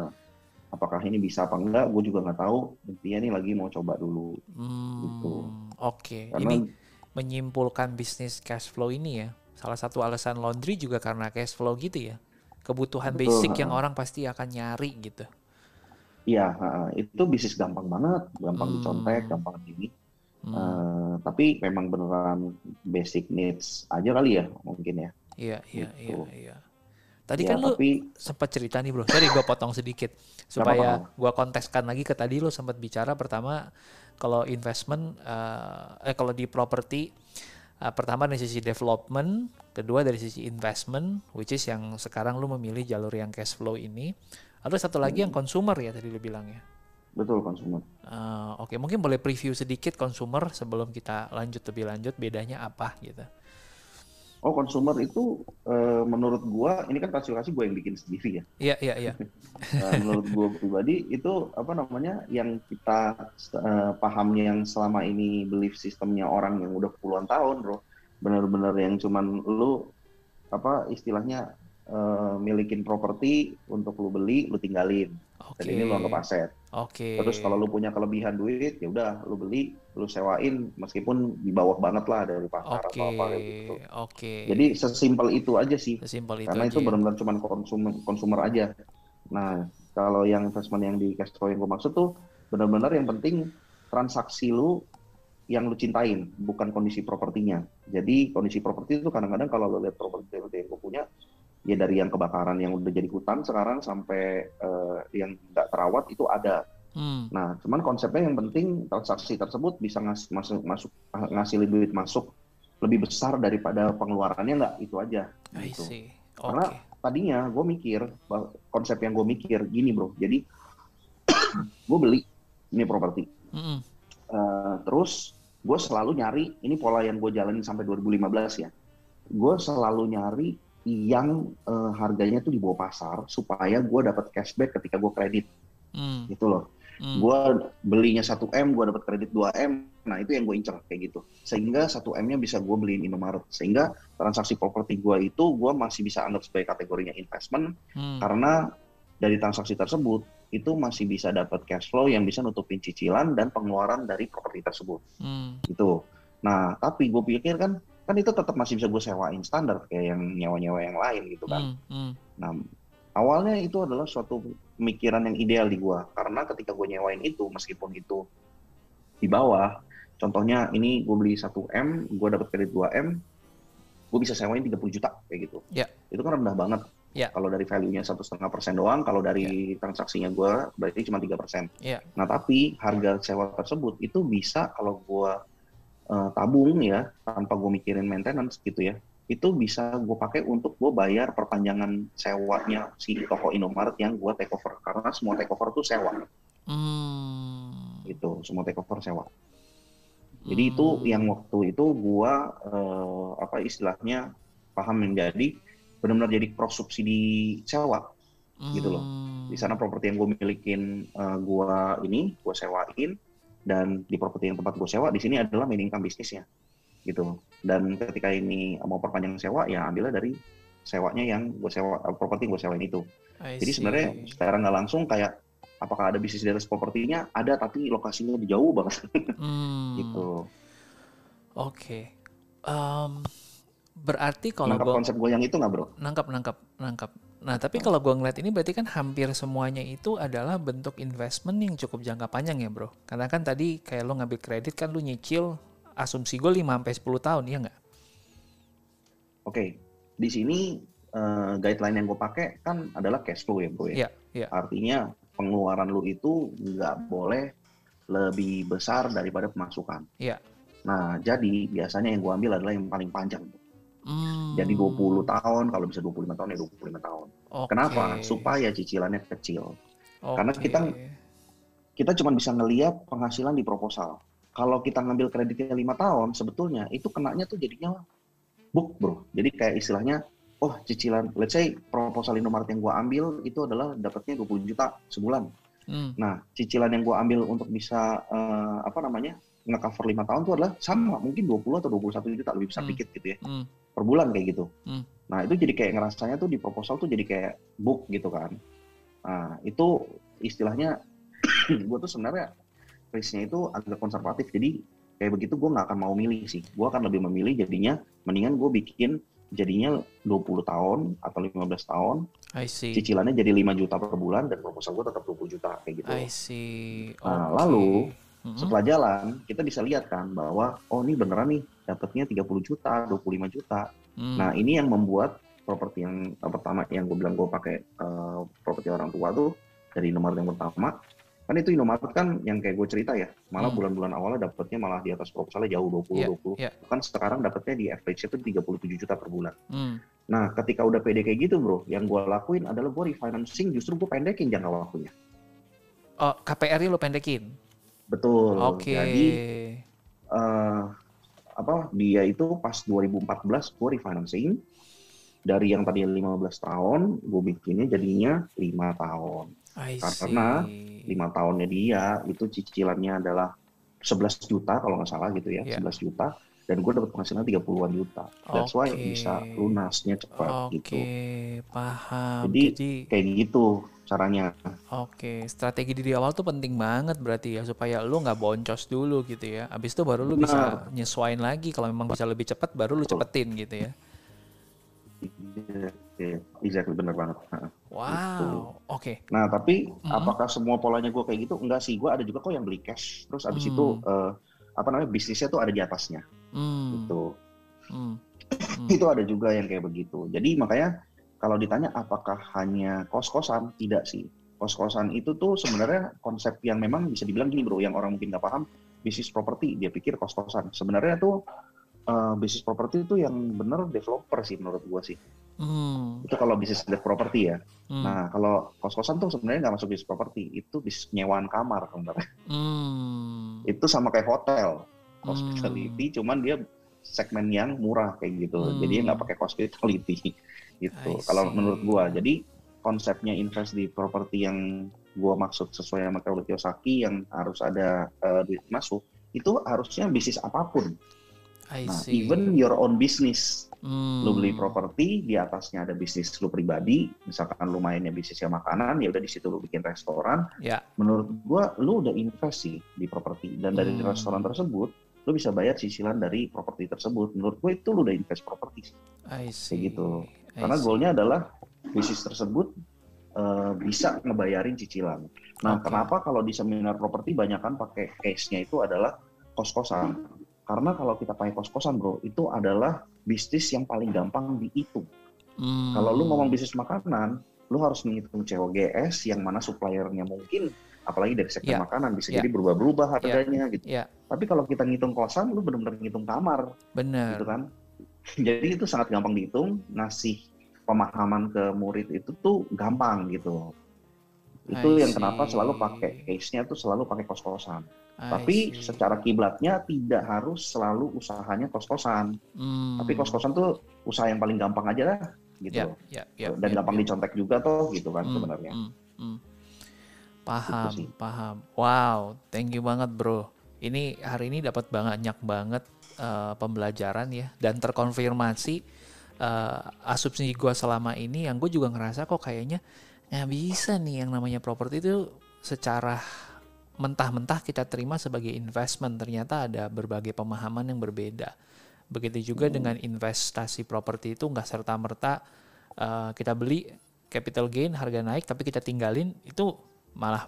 Apakah ini bisa apa enggak, gue juga nggak tahu. Intinya nih lagi mau coba dulu. Hmm, gitu. Oke, okay. Karena, ini menyimpulkan bisnis cash flow ini ya. Salah satu alasan laundry juga karena cash flow gitu ya. Kebutuhan betul, basic ha. yang orang pasti akan nyari gitu. Iya, itu bisnis gampang banget, gampang hmm. dicontek, gampang ini. Hmm. Uh, tapi memang beneran basic needs aja kali ya, mungkin ya. Iya, iya, gitu. iya, iya. Tadi ya, kan tapi... lu sempat cerita nih bro, sorry gue potong sedikit supaya gue konteskan lagi ke tadi lu sempat bicara pertama kalau investment, uh, eh kalau di properti uh, pertama dari sisi development, kedua dari sisi investment, which is yang sekarang lu memilih jalur yang cash flow ini, ada satu lagi yang consumer ya tadi lu bilang ya. Betul, consumer. Uh, Oke, okay. Mungkin boleh preview sedikit consumer sebelum kita lanjut lebih lanjut bedanya apa gitu. Oh, consumer itu uh, menurut gua ini kan klasifikasi gua yang bikin sendiri ya. Iya, iya, iya. uh, menurut gua pribadi itu apa namanya yang kita uh, paham yang selama ini belief sistemnya orang yang udah puluhan tahun, bro. Benar-benar yang cuman lu apa istilahnya uh, milikin properti untuk lu beli, lu tinggalin. Okay. Dan ini lu anggap aset. Oke. Okay. Terus kalau lu punya kelebihan duit, ya udah lu beli, lu sewain meskipun di bawah banget lah dari pasar okay. atau apa kayak gitu. Oke. Okay. Jadi sesimpel itu aja sih. Sesimpel itu Karena aja itu ya. benar-benar cuma konsumer konsumer aja. Nah, kalau yang investment yang di cash flow yang gue maksud tuh benar-benar yang penting transaksi lu yang lu cintain, bukan kondisi propertinya. Jadi kondisi properti itu kadang-kadang kalau lu lihat properti yang gue punya, ya dari yang kebakaran yang udah jadi hutan sekarang sampai uh, yang nggak terawat itu ada. Hmm. Nah, cuman konsepnya yang penting transaksi tersebut bisa ngasih masuk masuk ngasilin duit masuk lebih besar daripada pengeluarannya, nggak itu aja. I gitu. see. Okay. Karena tadinya gue mikir konsep yang gue mikir gini bro, jadi gue beli ini properti, mm-hmm. uh, terus gue selalu nyari ini pola yang gue jalanin sampai dua ribu lima belas ya, gue selalu nyari yang uh, harganya tuh di bawah pasar supaya gue dapat cashback ketika gue kredit, mm. gitu loh. Hmm. Gue belinya satu M, gue dapat kredit dua M, nah itu yang gue incer kayak gitu. Sehingga satu M-nya bisa gue beliin Indomaret. Sehingga transaksi properti gue itu gue masih bisa anggap sebagai kategorinya investment, hmm. karena dari transaksi tersebut itu masih bisa dapat cash flow yang bisa nutupin cicilan dan pengeluaran dari properti tersebut. Hmm. Gitu. Nah, tapi gue pikir kan, kan itu tetap masih bisa gue sewain standar kayak yang nyewa-nyewa yang lain gitu kan. Hmm. Hmm. Nah, awalnya itu adalah suatu pemikiran yang ideal di gua, karena ketika gua nyewain itu, meskipun itu di bawah, contohnya ini gua beli satu M, gua dapat kredit dua M, gua bisa sewain tiga puluh juta kayak gitu. Yeah. Itu kan rendah banget. Yeah. Kalau dari value-nya satu koma lima persen doang, kalau dari yeah. transaksinya gua berarti cuma tiga persen. Yeah. Nah, tapi harga sewa tersebut itu bisa kalau gua uh, tabung ya, tanpa gua mikirin maintenance gitu ya, itu bisa gue pakai untuk gue bayar perpanjangan sewanya si toko Indomaret yang gue take over, karena semua take over tuh sewa. Hmm. Gitu, semua take over sewa. Jadi hmm. itu yang waktu itu gue eh, apa istilahnya paham menjadi benar-benar jadi pro subsidi sewa, hmm. gitu loh. Di sana properti yang gue milikin uh, gue ini gue sewain, dan di properti yang tempat gue sewa di sini adalah main income bisnisnya. Gitu. Dan ketika ini mau perpanjang sewa, ya ambilnya dari sewanya yang gue sewa, properti gue sewain itu. Jadi sebenarnya secara nggak langsung kayak apakah ada bisnis di atas propertinya? Ada, tapi lokasinya di jauh banget. Hmm. Gitu. Oke. Okay. Um, berarti kalau nangkap gua... konsep gue yang itu nggak bro? Nangkap, nangkap, nangkap. Nah tapi kalau gue ngeliat ini berarti kan hampir semuanya itu adalah bentuk investment yang cukup jangka panjang ya bro. Karena kan tadi kayak lo ngambil kredit kan lo nyicil, asumsi gue lima sampai sepuluh tahun, iya nggak? Oke, di sini uh, guideline yang gue pakai kan adalah cash flow ya bro ya. Yeah, yeah. Artinya pengeluaran lu itu nggak boleh lebih besar daripada pemasukan. Yeah. Nah, jadi biasanya yang gue ambil adalah yang paling panjang. Mm. Jadi dua puluh tahun, kalau bisa dua puluh lima tahun ya dua puluh lima tahun. Okay. Kenapa? Supaya cicilannya kecil. Okay. Karena kita kita cuma bisa ngelihat penghasilan di proposal. Kalau kita ngambil kreditnya lima tahun, sebetulnya itu kenanya tuh jadinya book, bro. Jadi kayak istilahnya, oh cicilan, let's say proposal Indomaret yang gue ambil itu adalah dapatnya dua puluh juta sebulan. Mm. Nah, cicilan yang gue ambil untuk bisa uh, apa namanya nge-cover lima tahun itu adalah sama, mungkin dua puluh atau dua puluh satu juta, lebih besar mm. dikit gitu ya. Mm. Per bulan kayak gitu. Hmm. Nah itu jadi kayak ngerasanya tuh di proposal tuh jadi kayak book gitu kan. Nah itu istilahnya gue tuh sebenarnya risknya itu agak konservatif. Jadi kayak begitu gue nggak akan mau milih sih. Gue akan lebih memilih jadinya mendingan gue bikin jadinya dua puluh tahun atau lima belas tahun. I see. Cicilannya jadi lima juta per bulan dan proposal gue tetap dua puluh juta kayak gitu. I see. Okay. Nah lalu mm-hmm. setelah jalan kita bisa lihat kan bahwa oh ini beneran nih dapatnya tiga puluh juta, dua puluh lima juta. Hmm. Nah, ini yang membuat properti yang uh, pertama yang gue bilang gue pakai uh, properti orang tua tuh dari Indomaret yang pertama. Kan itu Indomaret kan yang kayak gue cerita ya, malah hmm. bulan-bulan awalnya dapatnya malah di atas proposalnya jauh dua puluh dua puluh. Yeah, yeah. Kan sekarang dapatnya di average itu tiga puluh tujuh juta per bulan. Hmm. Nah, ketika udah pede kayak gitu, bro, yang gue lakuin adalah gue refinancing, justru gue pendekin jangka waktunya. Oh, K P R-nya lo pendekin? Betul. Oke. Okay. Jadi uh, apa dia itu pas dua ribu empat belas gue refinancing dari yang tadinya lima belas tahun gue bikinnya jadinya lima tahun. Karena lima tahunnya dia itu cicilannya adalah sebelas juta kalau nggak salah gitu ya, yeah. sebelas juta dan gue dapat penghasilan tiga puluhan juta. That's okay. why bisa lunasnya cepat okay. gitu. Oke, paham. Jadi, Jadi kayak gitu caranya. Oke, strategi di awal tuh penting banget berarti ya supaya lu nggak boncos dulu gitu ya. Abis itu baru lu Benar. bisa nyesuain lagi kalau memang bisa lebih cepat baru lu cepetin gitu ya. Iya, exactly benar banget. Wow, gitu. oke. Okay. Nah tapi mm-hmm. apakah semua polanya gue kayak gitu? Enggak sih, gue ada juga kok yang beli cash. Terus abis mm. itu uh, apa namanya bisnisnya tuh ada di atasnya. Mm. Gitu. Mm. Mm. Itu ada juga yang kayak begitu. Jadi makanya kalau ditanya apakah hanya kos-kosan, tidak sih. Kos-kosan itu tuh sebenarnya konsep yang memang bisa dibilang gini bro, yang orang mungkin nggak paham, bisnis properti, dia pikir kos-kosan. Sebenarnya tuh uh, bisnis properti itu yang bener developer sih menurut gue sih. Hmm. Itu kalau bisnis properti ya. Hmm. Nah kalau kos-kosan tuh sebenarnya nggak masuk bisnis properti, itu bisnis nyewaan kamar sebenarnya. Hmm. Itu sama kayak hotel, hospitality, hmm. cuman dia segmen yang murah kayak gitu. Hmm. Jadi nggak pakai hospitality gitu. Kalau menurut gua, jadi konsepnya invest di properti yang gua maksud sesuai sama Teori Kiyosaki yang harus ada uh, duit masuk, itu harusnya bisnis apapun. I nah, see. Even your own business. Hmm. Lu beli properti, di atasnya ada bisnis lu pribadi, misalkan lu mainnya bisnisnya makanan, ya udah di situ lu bikin restoran. Yeah. Menurut gua lu udah invest sih di properti dan dari hmm. restoran tersebut lu bisa bayar cicilan dari properti tersebut. Menurut gue itu lu udah invest properti sih. I see. Kayak gitu. Karena goalnya adalah bisnis tersebut uh, bisa ngebayarin cicilan. Nah, okay. Kenapa kalau di seminar properti banyakan pakai case-nya itu adalah kos-kosan? Karena kalau kita pakai kos-kosan bro, itu adalah bisnis yang paling gampang dihitung. Hmm. Kalau lu ngomong bisnis makanan, lu harus menghitung C O G S yang mana suppliernya mungkin apalagi dari sektor yeah. makanan bisa yeah. jadi berubah-berubah harganya yeah. gitu. Yeah. Tapi kalau kita ngitung kosan, lu benar-benar ngitung kamar. Benar. Gitu kan? Jadi itu sangat gampang dihitung, ngasih pemahaman ke murid itu tuh gampang gitu. Itu I yang see. Kenapa selalu pakai case-nya tuh selalu pakai kos-kosan. I Tapi see. Secara kiblatnya tidak harus selalu usahanya kos-kosan. Hmm. Tapi kos-kosan tuh usaha yang paling gampang aja lah gitu. Yeah, yeah, yeah, Dan yeah, gampang yeah. dicontek juga toh gitu kan hmm, sebenarnya. Hmm, hmm. Paham, paham. Wow, thank you banget bro. Ini hari ini dapat banyak banget uh, pembelajaran ya dan terkonfirmasi uh, asumsi gue selama ini yang gue juga ngerasa kok kayaknya nggak bisa nih yang namanya properti itu secara mentah-mentah kita terima sebagai investment. Ternyata ada berbagai pemahaman yang berbeda. Begitu juga hmm. dengan investasi properti itu nggak serta-merta uh, kita beli capital gain harga naik tapi kita tinggalin itu malah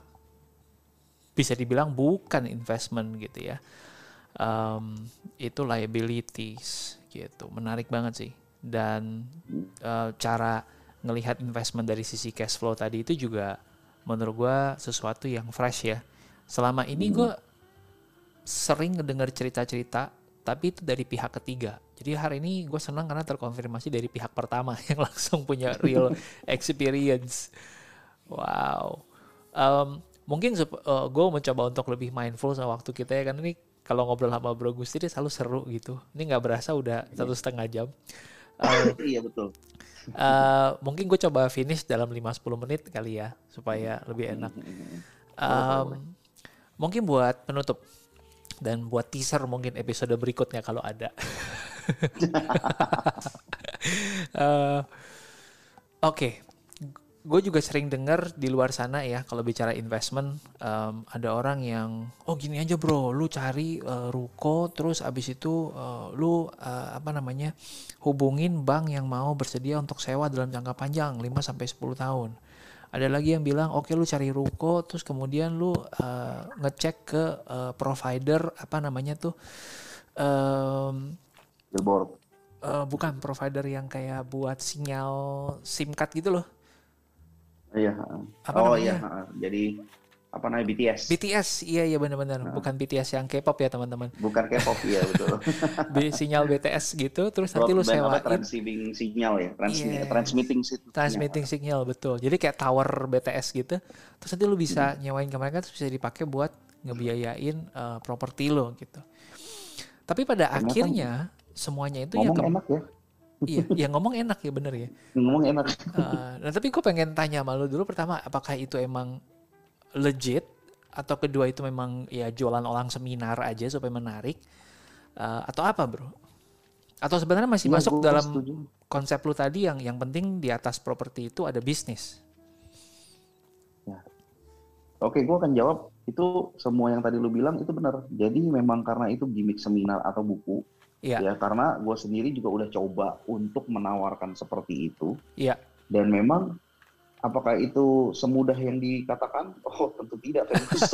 bisa dibilang bukan investment gitu ya. Um, itu liabilities gitu. Menarik banget sih. dan uh, cara ngelihat investment dari sisi cash flow tadi itu juga menurut gue sesuatu yang fresh ya. Selama ini gue sering ngedengar cerita-cerita tapi itu dari pihak ketiga. Jadi hari ini gue senang karena terkonfirmasi dari pihak pertama yang langsung punya real experience. Wow. Um, mungkin uh, gue mencoba untuk lebih mindful sama waktu kita ya, karena ini kalau ngobrol sama Bro Gusti dia selalu seru gitu. Ini nggak berasa udah satu setengah jam. Uh, iya betul. Uh, mungkin gue coba finish dalam lima sampai sepuluh menit kali ya supaya lebih enak. Um, mungkin buat penutup dan buat teaser mungkin episode berikutnya kalau ada. uh, Oke, okay. Gue juga sering dengar di luar sana ya kalau bicara investment, um, ada orang yang oh gini aja bro, lu cari uh, ruko terus abis itu uh, lu uh, apa namanya hubungin bank yang mau bersedia untuk sewa dalam jangka panjang lima sampai sepuluh tahun. Ada lagi yang bilang oke okay, lu cari ruko terus kemudian lu uh, ngecek ke uh, provider apa namanya tuh um, billboard. Uh, bukan provider yang kayak buat sinyal SIM card gitu loh. Iya. Apa oh namanya? iya, jadi apa namanya B T S? B T S, iya iya benar-benar. Nah. Bukan B T S yang K-pop ya teman-teman. Bukan K-pop ya betul. Sinyal B T S gitu, terus nanti lu sewain. Transmitting sinyal ya, Transmi- yeah. transmitting signal. Transmitting signal betul. Jadi kayak tower B T S gitu. Terus nanti lu bisa hmm. nyewain ke mereka, terus bisa dipakai buat ngebiayain uh, properti lo gitu. Tapi pada ternyata akhirnya semuanya itu ngomong ya ke- enak ya. Iya, ya ngomong enak ya bener ya. Ngomong enak. Uh, nah tapi gue pengen tanya sama lu dulu pertama, apakah itu emang legit? Atau kedua itu memang ya jualan orang seminar aja supaya menarik, uh, atau apa bro? Atau sebenarnya masih ya, masuk dalam setuju. Konsep lu tadi yang yang penting di atas properti itu ada bisnis? Ya. Oke, gue akan jawab itu semua yang tadi lu bilang itu benar. Jadi memang karena itu gimmick seminar atau buku, ya, ya karena gue sendiri juga udah coba untuk menawarkan seperti itu. Ya. Dan memang apakah itu semudah yang dikatakan? Oh tentu tidak,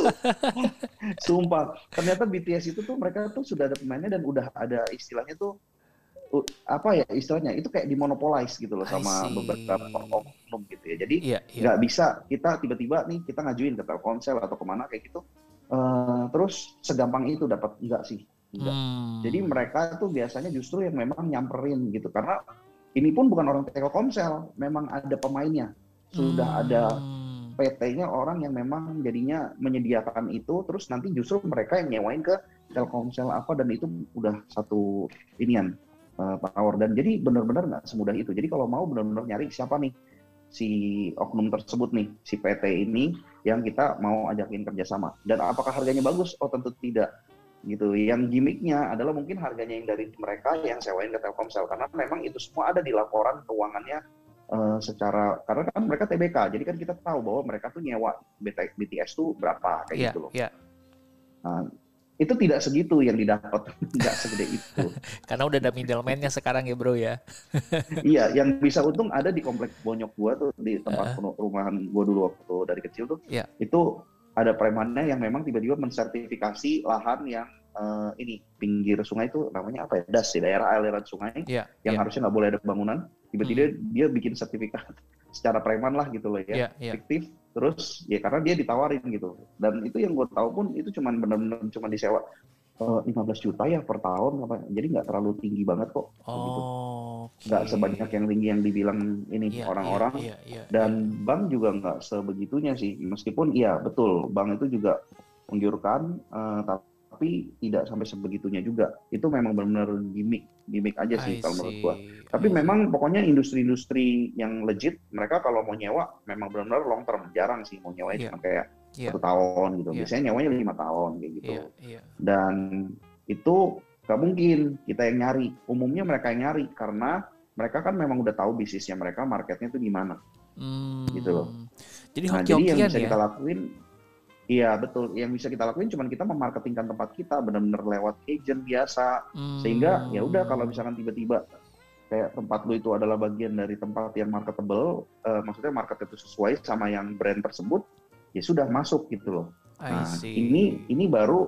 sumpah. Ternyata B T S itu tuh mereka tuh sudah ada pemainnya dan udah ada istilahnya tuh uh, apa ya istilahnya itu kayak dimonopolize gitu loh sama beberapa oknum gitu ya. Jadi nggak yeah, yeah. bisa kita tiba-tiba nih kita ngajuin ke Telkomsel atau kemana kayak gitu. Uh, terus segampang itu dapat enggak sih? Enggak. Hmm. Jadi mereka tuh biasanya justru yang memang nyamperin gitu karena ini pun bukan orang Telkomsel, memang ada pemainnya. Sudah hmm. ada P T-nya orang yang memang jadinya menyediakan itu, terus nanti justru mereka yang nyewain ke Telkomsel apa, dan itu udah satu inian uh, power. Dan jadi benar-benar nggak semudah itu. Jadi kalau mau benar-benar nyari siapa nih si oknum tersebut nih, si P T ini yang kita mau ajakin kerjasama. Dan apakah harganya bagus? Oh tentu tidak. Gitu. Yang gimmicknya adalah mungkin harganya yang dari mereka yang sewain ke Telkomsel, karena memang itu semua ada di laporan keuangannya. Uh, secara karena kan mereka T B K, jadi kan kita tahu bahwa mereka tuh nyewa B T S tuh berapa kayak yeah, gitu loh. Yeah. Nah, itu tidak segitu yang didapat, tidak segede itu. Karena udah ada middleman-nya sekarang ya bro ya. Iya, yang bisa untung ada di komplek Bonyok gua tuh di tempat uh. rumahan gua dulu waktu dari kecil tuh. Yeah. Itu ada premannya yang memang tiba-tiba mensertifikasi lahan yang uh, ini pinggir sungai itu namanya apa ya? D A S, daerah aliran sungai yeah, yang yeah. harusnya nggak boleh ada bangunan. Tiba-tiba hmm. dia bikin sertifikat secara preman lah gitu loh ya, yeah, yeah. fiktif. Terus ya karena dia ditawarin gitu. Dan itu yang gue tahu pun itu cuma benar-benar cuma disewa uh, lima belas juta ya per tahun. Apa. Jadi nggak terlalu tinggi banget kok. Oh, gitu. Okay. Nggak sebanyak yang tinggi yang dibilang ini yeah, orang-orang. Yeah, yeah, yeah, Dan yeah. bank juga nggak sebegitunya sih. Meskipun iya betul bank itu juga menggiurkan, uh, tapi tidak sampai sebegitunya juga. Itu memang benar-benar gimmick, gimmick aja sih kalau menurut gua. Tapi I memang see. Pokoknya industri-industri yang legit, mereka kalau mau nyewa memang benar-benar long term. Jarang sih mau nyewa yeah. cuma kayak yeah. satu tahun gitu. Yeah. Biasanya nyewanya lima tahun kayak gitu. Yeah. Yeah. Dan itu gak mungkin kita yang nyari. Umumnya mereka yang nyari karena mereka kan memang udah tahu bisnisnya mereka, marketnya itu di mana. Hmm. Gitu loh. Jadi nah, jadi yang bisa ya? kita lakuin iya betul, yang bisa kita lakuin cuma kita memarketingkan tempat kita benar-benar lewat agent biasa, hmm. sehingga ya udah kalau misalkan tiba-tiba kayak tempat lu itu adalah bagian dari tempat yang marketable, uh, maksudnya market itu sesuai sama yang brand tersebut, ya sudah masuk gitu loh. Nah ini ini baru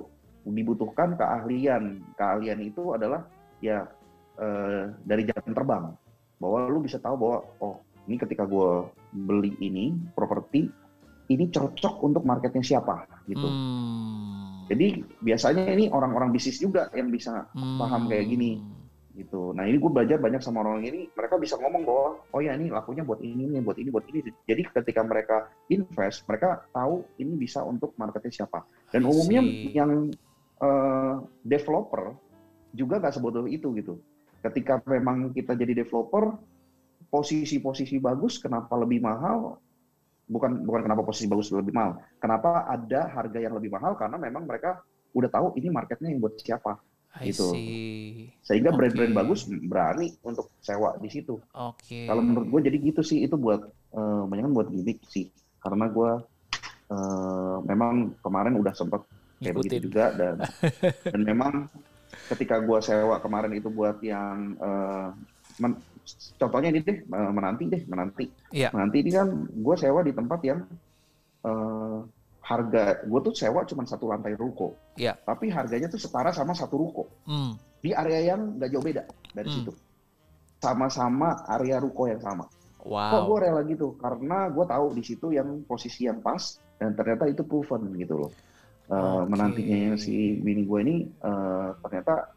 dibutuhkan keahlian, keahlian itu adalah ya uh, dari jam terbang. bahwa lu bisa tahu bahwa oh ini ketika gue beli ini properti ini cocok untuk marketnya siapa gitu. Hmm. Jadi biasanya ini orang-orang bisnis juga yang bisa Hmm. paham kayak gini gitu. Nah ini gue belajar banyak sama orang ini, mereka bisa ngomong bahwa oh ya ini lakunya buat ini, nih, buat ini, buat ini. Jadi ketika mereka invest, mereka tahu ini bisa untuk marketnya siapa. Dan I umumnya see. yang uh, developer juga nggak sebodoh itu gitu. Ketika memang kita jadi developer, posisi-posisi bagus kenapa lebih mahal? Bukan bukan kenapa posisi bagus lebih mahal. Kenapa ada harga yang lebih mahal? Karena memang mereka udah tahu ini marketnya yang buat siapa. I Gitu. see. Sehingga Oke. brand-brand bagus berani untuk sewa di situ. Oke. Kalau menurut gue jadi gitu sih, itu buat eh, banyak buat gimmick sih. Karena gue eh, memang kemarin udah sempat kayak begitu Ngikutin. juga dan dan memang ketika gue sewa kemarin itu buat yang eh, men- contohnya ini deh eh, menanti deh menanti. Iya. Menanti ini kan gue sewa di tempat yang eh, harga gue tuh sewa cuma satu lantai ruko. Iya. Tapi harganya tuh setara sama satu ruko. Hmm. Di area yang nggak jauh beda dari Hmm. situ. Sama-sama area ruko yang sama. Kok gue Wow. rela gitu? Karena gue tahu di situ yang posisi yang pas dan ternyata itu proven gitu loh. Eh, Oke. Menantinya si bini gue ini eh, ternyata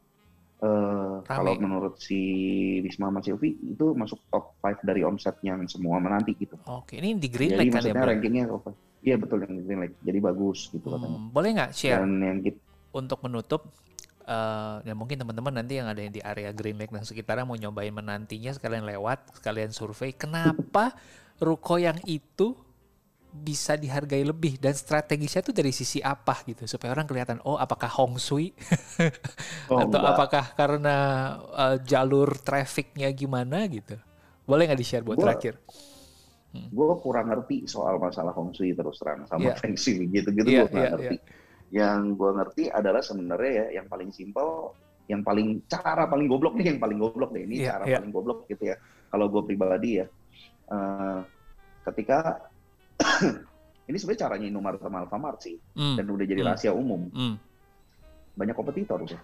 eh, kalau Rame. menurut si Wisma sama Silvi itu masuk top lima dari omset yang semua menanti gitu. Oke, ini di Green Jadi Lake kan ya, maksudnya Bro? rankingnya apa? Iya betul yang Green Lake. Jadi bagus gitu katanya. Hmm, boleh nggak share Dan yang kita untuk menutup, eh ya mungkin teman-teman nanti yang ada di area Green Lake dan sekitarnya mau nyobain menantinya, sekalian lewat, sekalian survei, kenapa ruko yang itu bisa dihargai lebih dan strategisnya tuh dari sisi apa gitu supaya orang kelihatan oh apakah Hong Shui oh, atau enggak. apakah karena eh, jalur trafficnya gimana gitu, boleh nggak di-share buat Gua- terakhir? gue kurang ngerti soal masalah Hong Shui terus terang sama Iya. Feng Shui gitu-gitu Iya, gue nggak iya, ngerti. Yang gue ngerti adalah sebenarnya ya yang paling simpel, yang paling cara paling goblok nih, yang paling goblok deh ini Iya, cara iya. paling goblok gitu ya. Kalau gue pribadi ya, eh, ketika ini sebenarnya caranya Indomaret sama Alfamart sih, Hmm, dan udah jadi Hmm. rahasia umum. hmm, Banyak kompetitor tuh.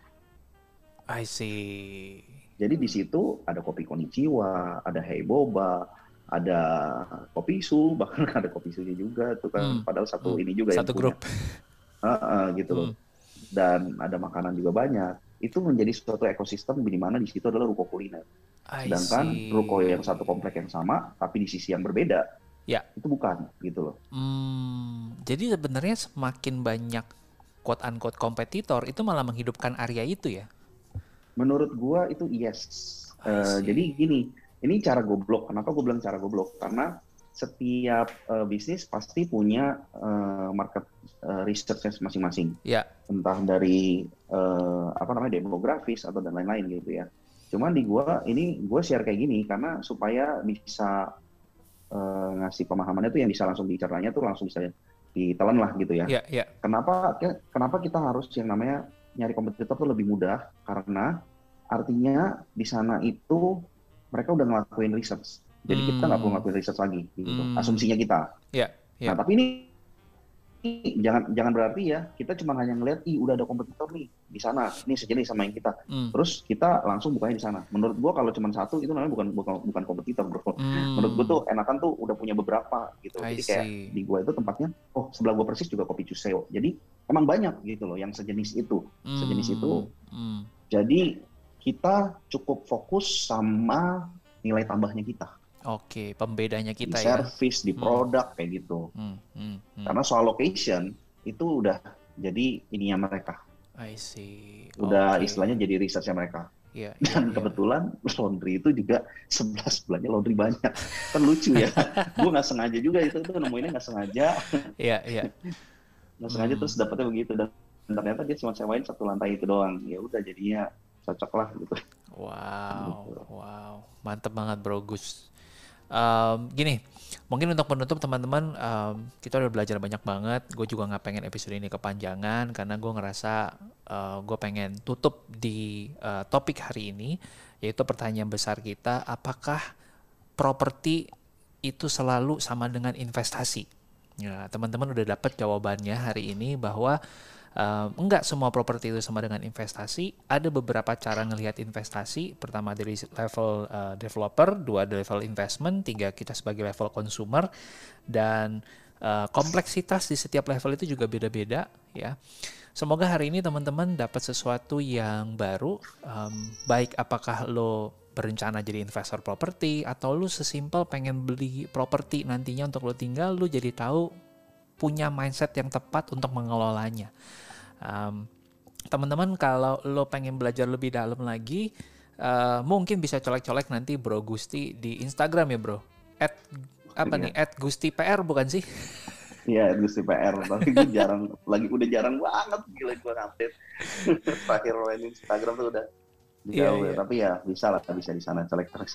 I see. Jadi di situ ada kopi Konnichiwa, ada Hey Boba, ada kopi Su, bahkan ada kopi Sunya juga tuh kan. Hmm, Padahal satu hmm. ini juga yang Satu punya. grup. Heeh, gitu loh. Hmm. Dan ada makanan juga banyak. Itu menjadi suatu ekosistem di mana di situ adalah ruko kuliner. I Sedangkan see. ruko yang satu komplek yang sama, tapi di sisi yang berbeda, Ya. itu bukan gitu loh. Hmm, jadi sebenarnya semakin banyak quote unquote kompetitor itu malah menghidupkan area itu ya. Menurut gua itu yes. I Eh, see. jadi gini, ini cara goblok. Kenapa gue bilang cara goblok? Karena setiap eh, bisnis pasti punya eh, market eh, research-nya masing-masing. Ya. Entah dari eh, apa namanya demografis atau dan lain-lain gitu ya. Cuman di gua ini gue share kayak gini karena supaya bisa eh, ngasih pemahamannya tuh yang bisa langsung dicernanya tuh langsung bisa ditelan lah gitu ya. Ya, ya. Kenapa kenapa kita harus yang namanya nyari kompetitor tuh lebih mudah? Karena artinya di sana itu mereka udah ngelakuin research. Jadi kita nggak perlu Hmm. ngelakuin research lagi gitu. Hmm. Asumsinya kita. Ya, ya. Nah, tapi ini, ini jangan jangan berarti ya kita cuma hanya ngelihat ih udah ada kompetitor nih di sana. Ini sejenis sama yang kita. Hmm. Terus kita langsung bukanya di sana. Menurut gua kalau cuma satu itu namanya bukan bukan bukan kompetitor, Bro. Hmm. Menurut gua tuh enakan tuh udah punya beberapa gitu. I Jadi kayak see. di gua itu tempatnya oh sebelah gua persis juga kopi Cuseo. Jadi emang banyak gitu loh yang sejenis itu. Sejenis Hmm. itu. Hmm. Jadi kita cukup fokus sama nilai tambahnya kita. Oke, pembedanya kita Di ya. service, di Hmm. produk kayak gitu. Hmm. Hmm. Hmm. Karena soal location itu udah jadi ininya mereka. I see. Udah Oke. istilahnya jadi research-nya mereka. Ya, ya, Dan ya. kebetulan laundry itu juga sebelah sebelahnya laundry banyak. Kan lucu ya. Gue nggak sengaja juga itu tuh nemuinnya nggak sengaja, Ya, ya. nggak sengaja Hmm. terus dapetnya begitu dan ternyata dia cuma sewain satu lantai itu doang. Ya udah jadinya cocok lah gitu. Wow, Gitu. wow, mantep banget Bro Gus. Em, gini, mungkin untuk penutup teman-teman, em, kita udah belajar banyak banget. Gue juga nggak pengen episode ini kepanjangan karena gue ngerasa eh, gue pengen tutup di eh, topik hari ini, yaitu pertanyaan besar kita, apakah properti itu selalu sama dengan investasi? Ya, teman-teman udah dapat jawabannya hari ini bahwa Um, enggak semua properti itu sama dengan investasi. Ada beberapa cara ngelihat investasi. Pertama dari level uh, developer, dua dari level investment, tiga kita sebagai level consumer, dan uh, kompleksitas di setiap level itu juga beda-beda ya. Semoga hari ini teman-teman dapat sesuatu yang baru, um, baik apakah lo berencana jadi investor properti atau lo sesimpel pengen beli properti nantinya untuk lo tinggal, lo jadi tahu punya mindset yang tepat untuk mengelolanya. Um, teman-teman kalau lo pengen belajar lebih dalam lagi, uh, mungkin bisa colek-colek nanti Bro Gusti di Instagram ya bro. At apa yeah. nih? At Gusti P R bukan sih? Iya, Gusti P R, tapi gue jarang, lagi udah jarang banget gila gue update. Terakhir main Instagram tuh udah jauh yeah, ya, yeah. Tapi ya bisa lah, bisa di sana colek terus.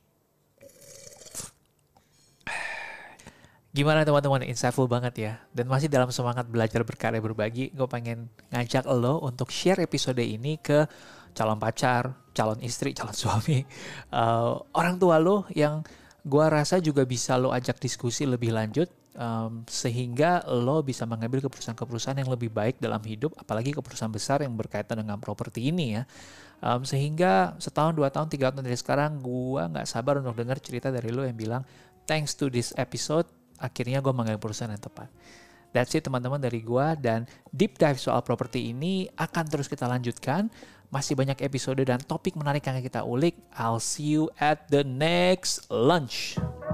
Gimana teman-teman, insightful banget ya. Dan masih dalam semangat belajar berkarya berbagi, gue pengen ngajak lo untuk share episode ini ke calon pacar, calon istri, calon suami, uh, orang tua lo yang gue rasa juga bisa lo ajak diskusi lebih lanjut. Um, sehingga lo bisa mengambil keputusan-keputusan yang lebih baik dalam hidup, apalagi keputusan besar yang berkaitan dengan properti ini ya. Um, sehingga setahun, dua tahun, tiga tahun dari sekarang, gue nggak sabar untuk dengar cerita dari lo yang bilang, thanks to this episode, akhirnya gue mengambil keputusan yang tepat. That's it teman-teman dari gue, dan deep dive soal properti ini akan terus kita lanjutkan. Masih banyak episode dan topik menarik yang kita ulik. I'll see you at the next lunch.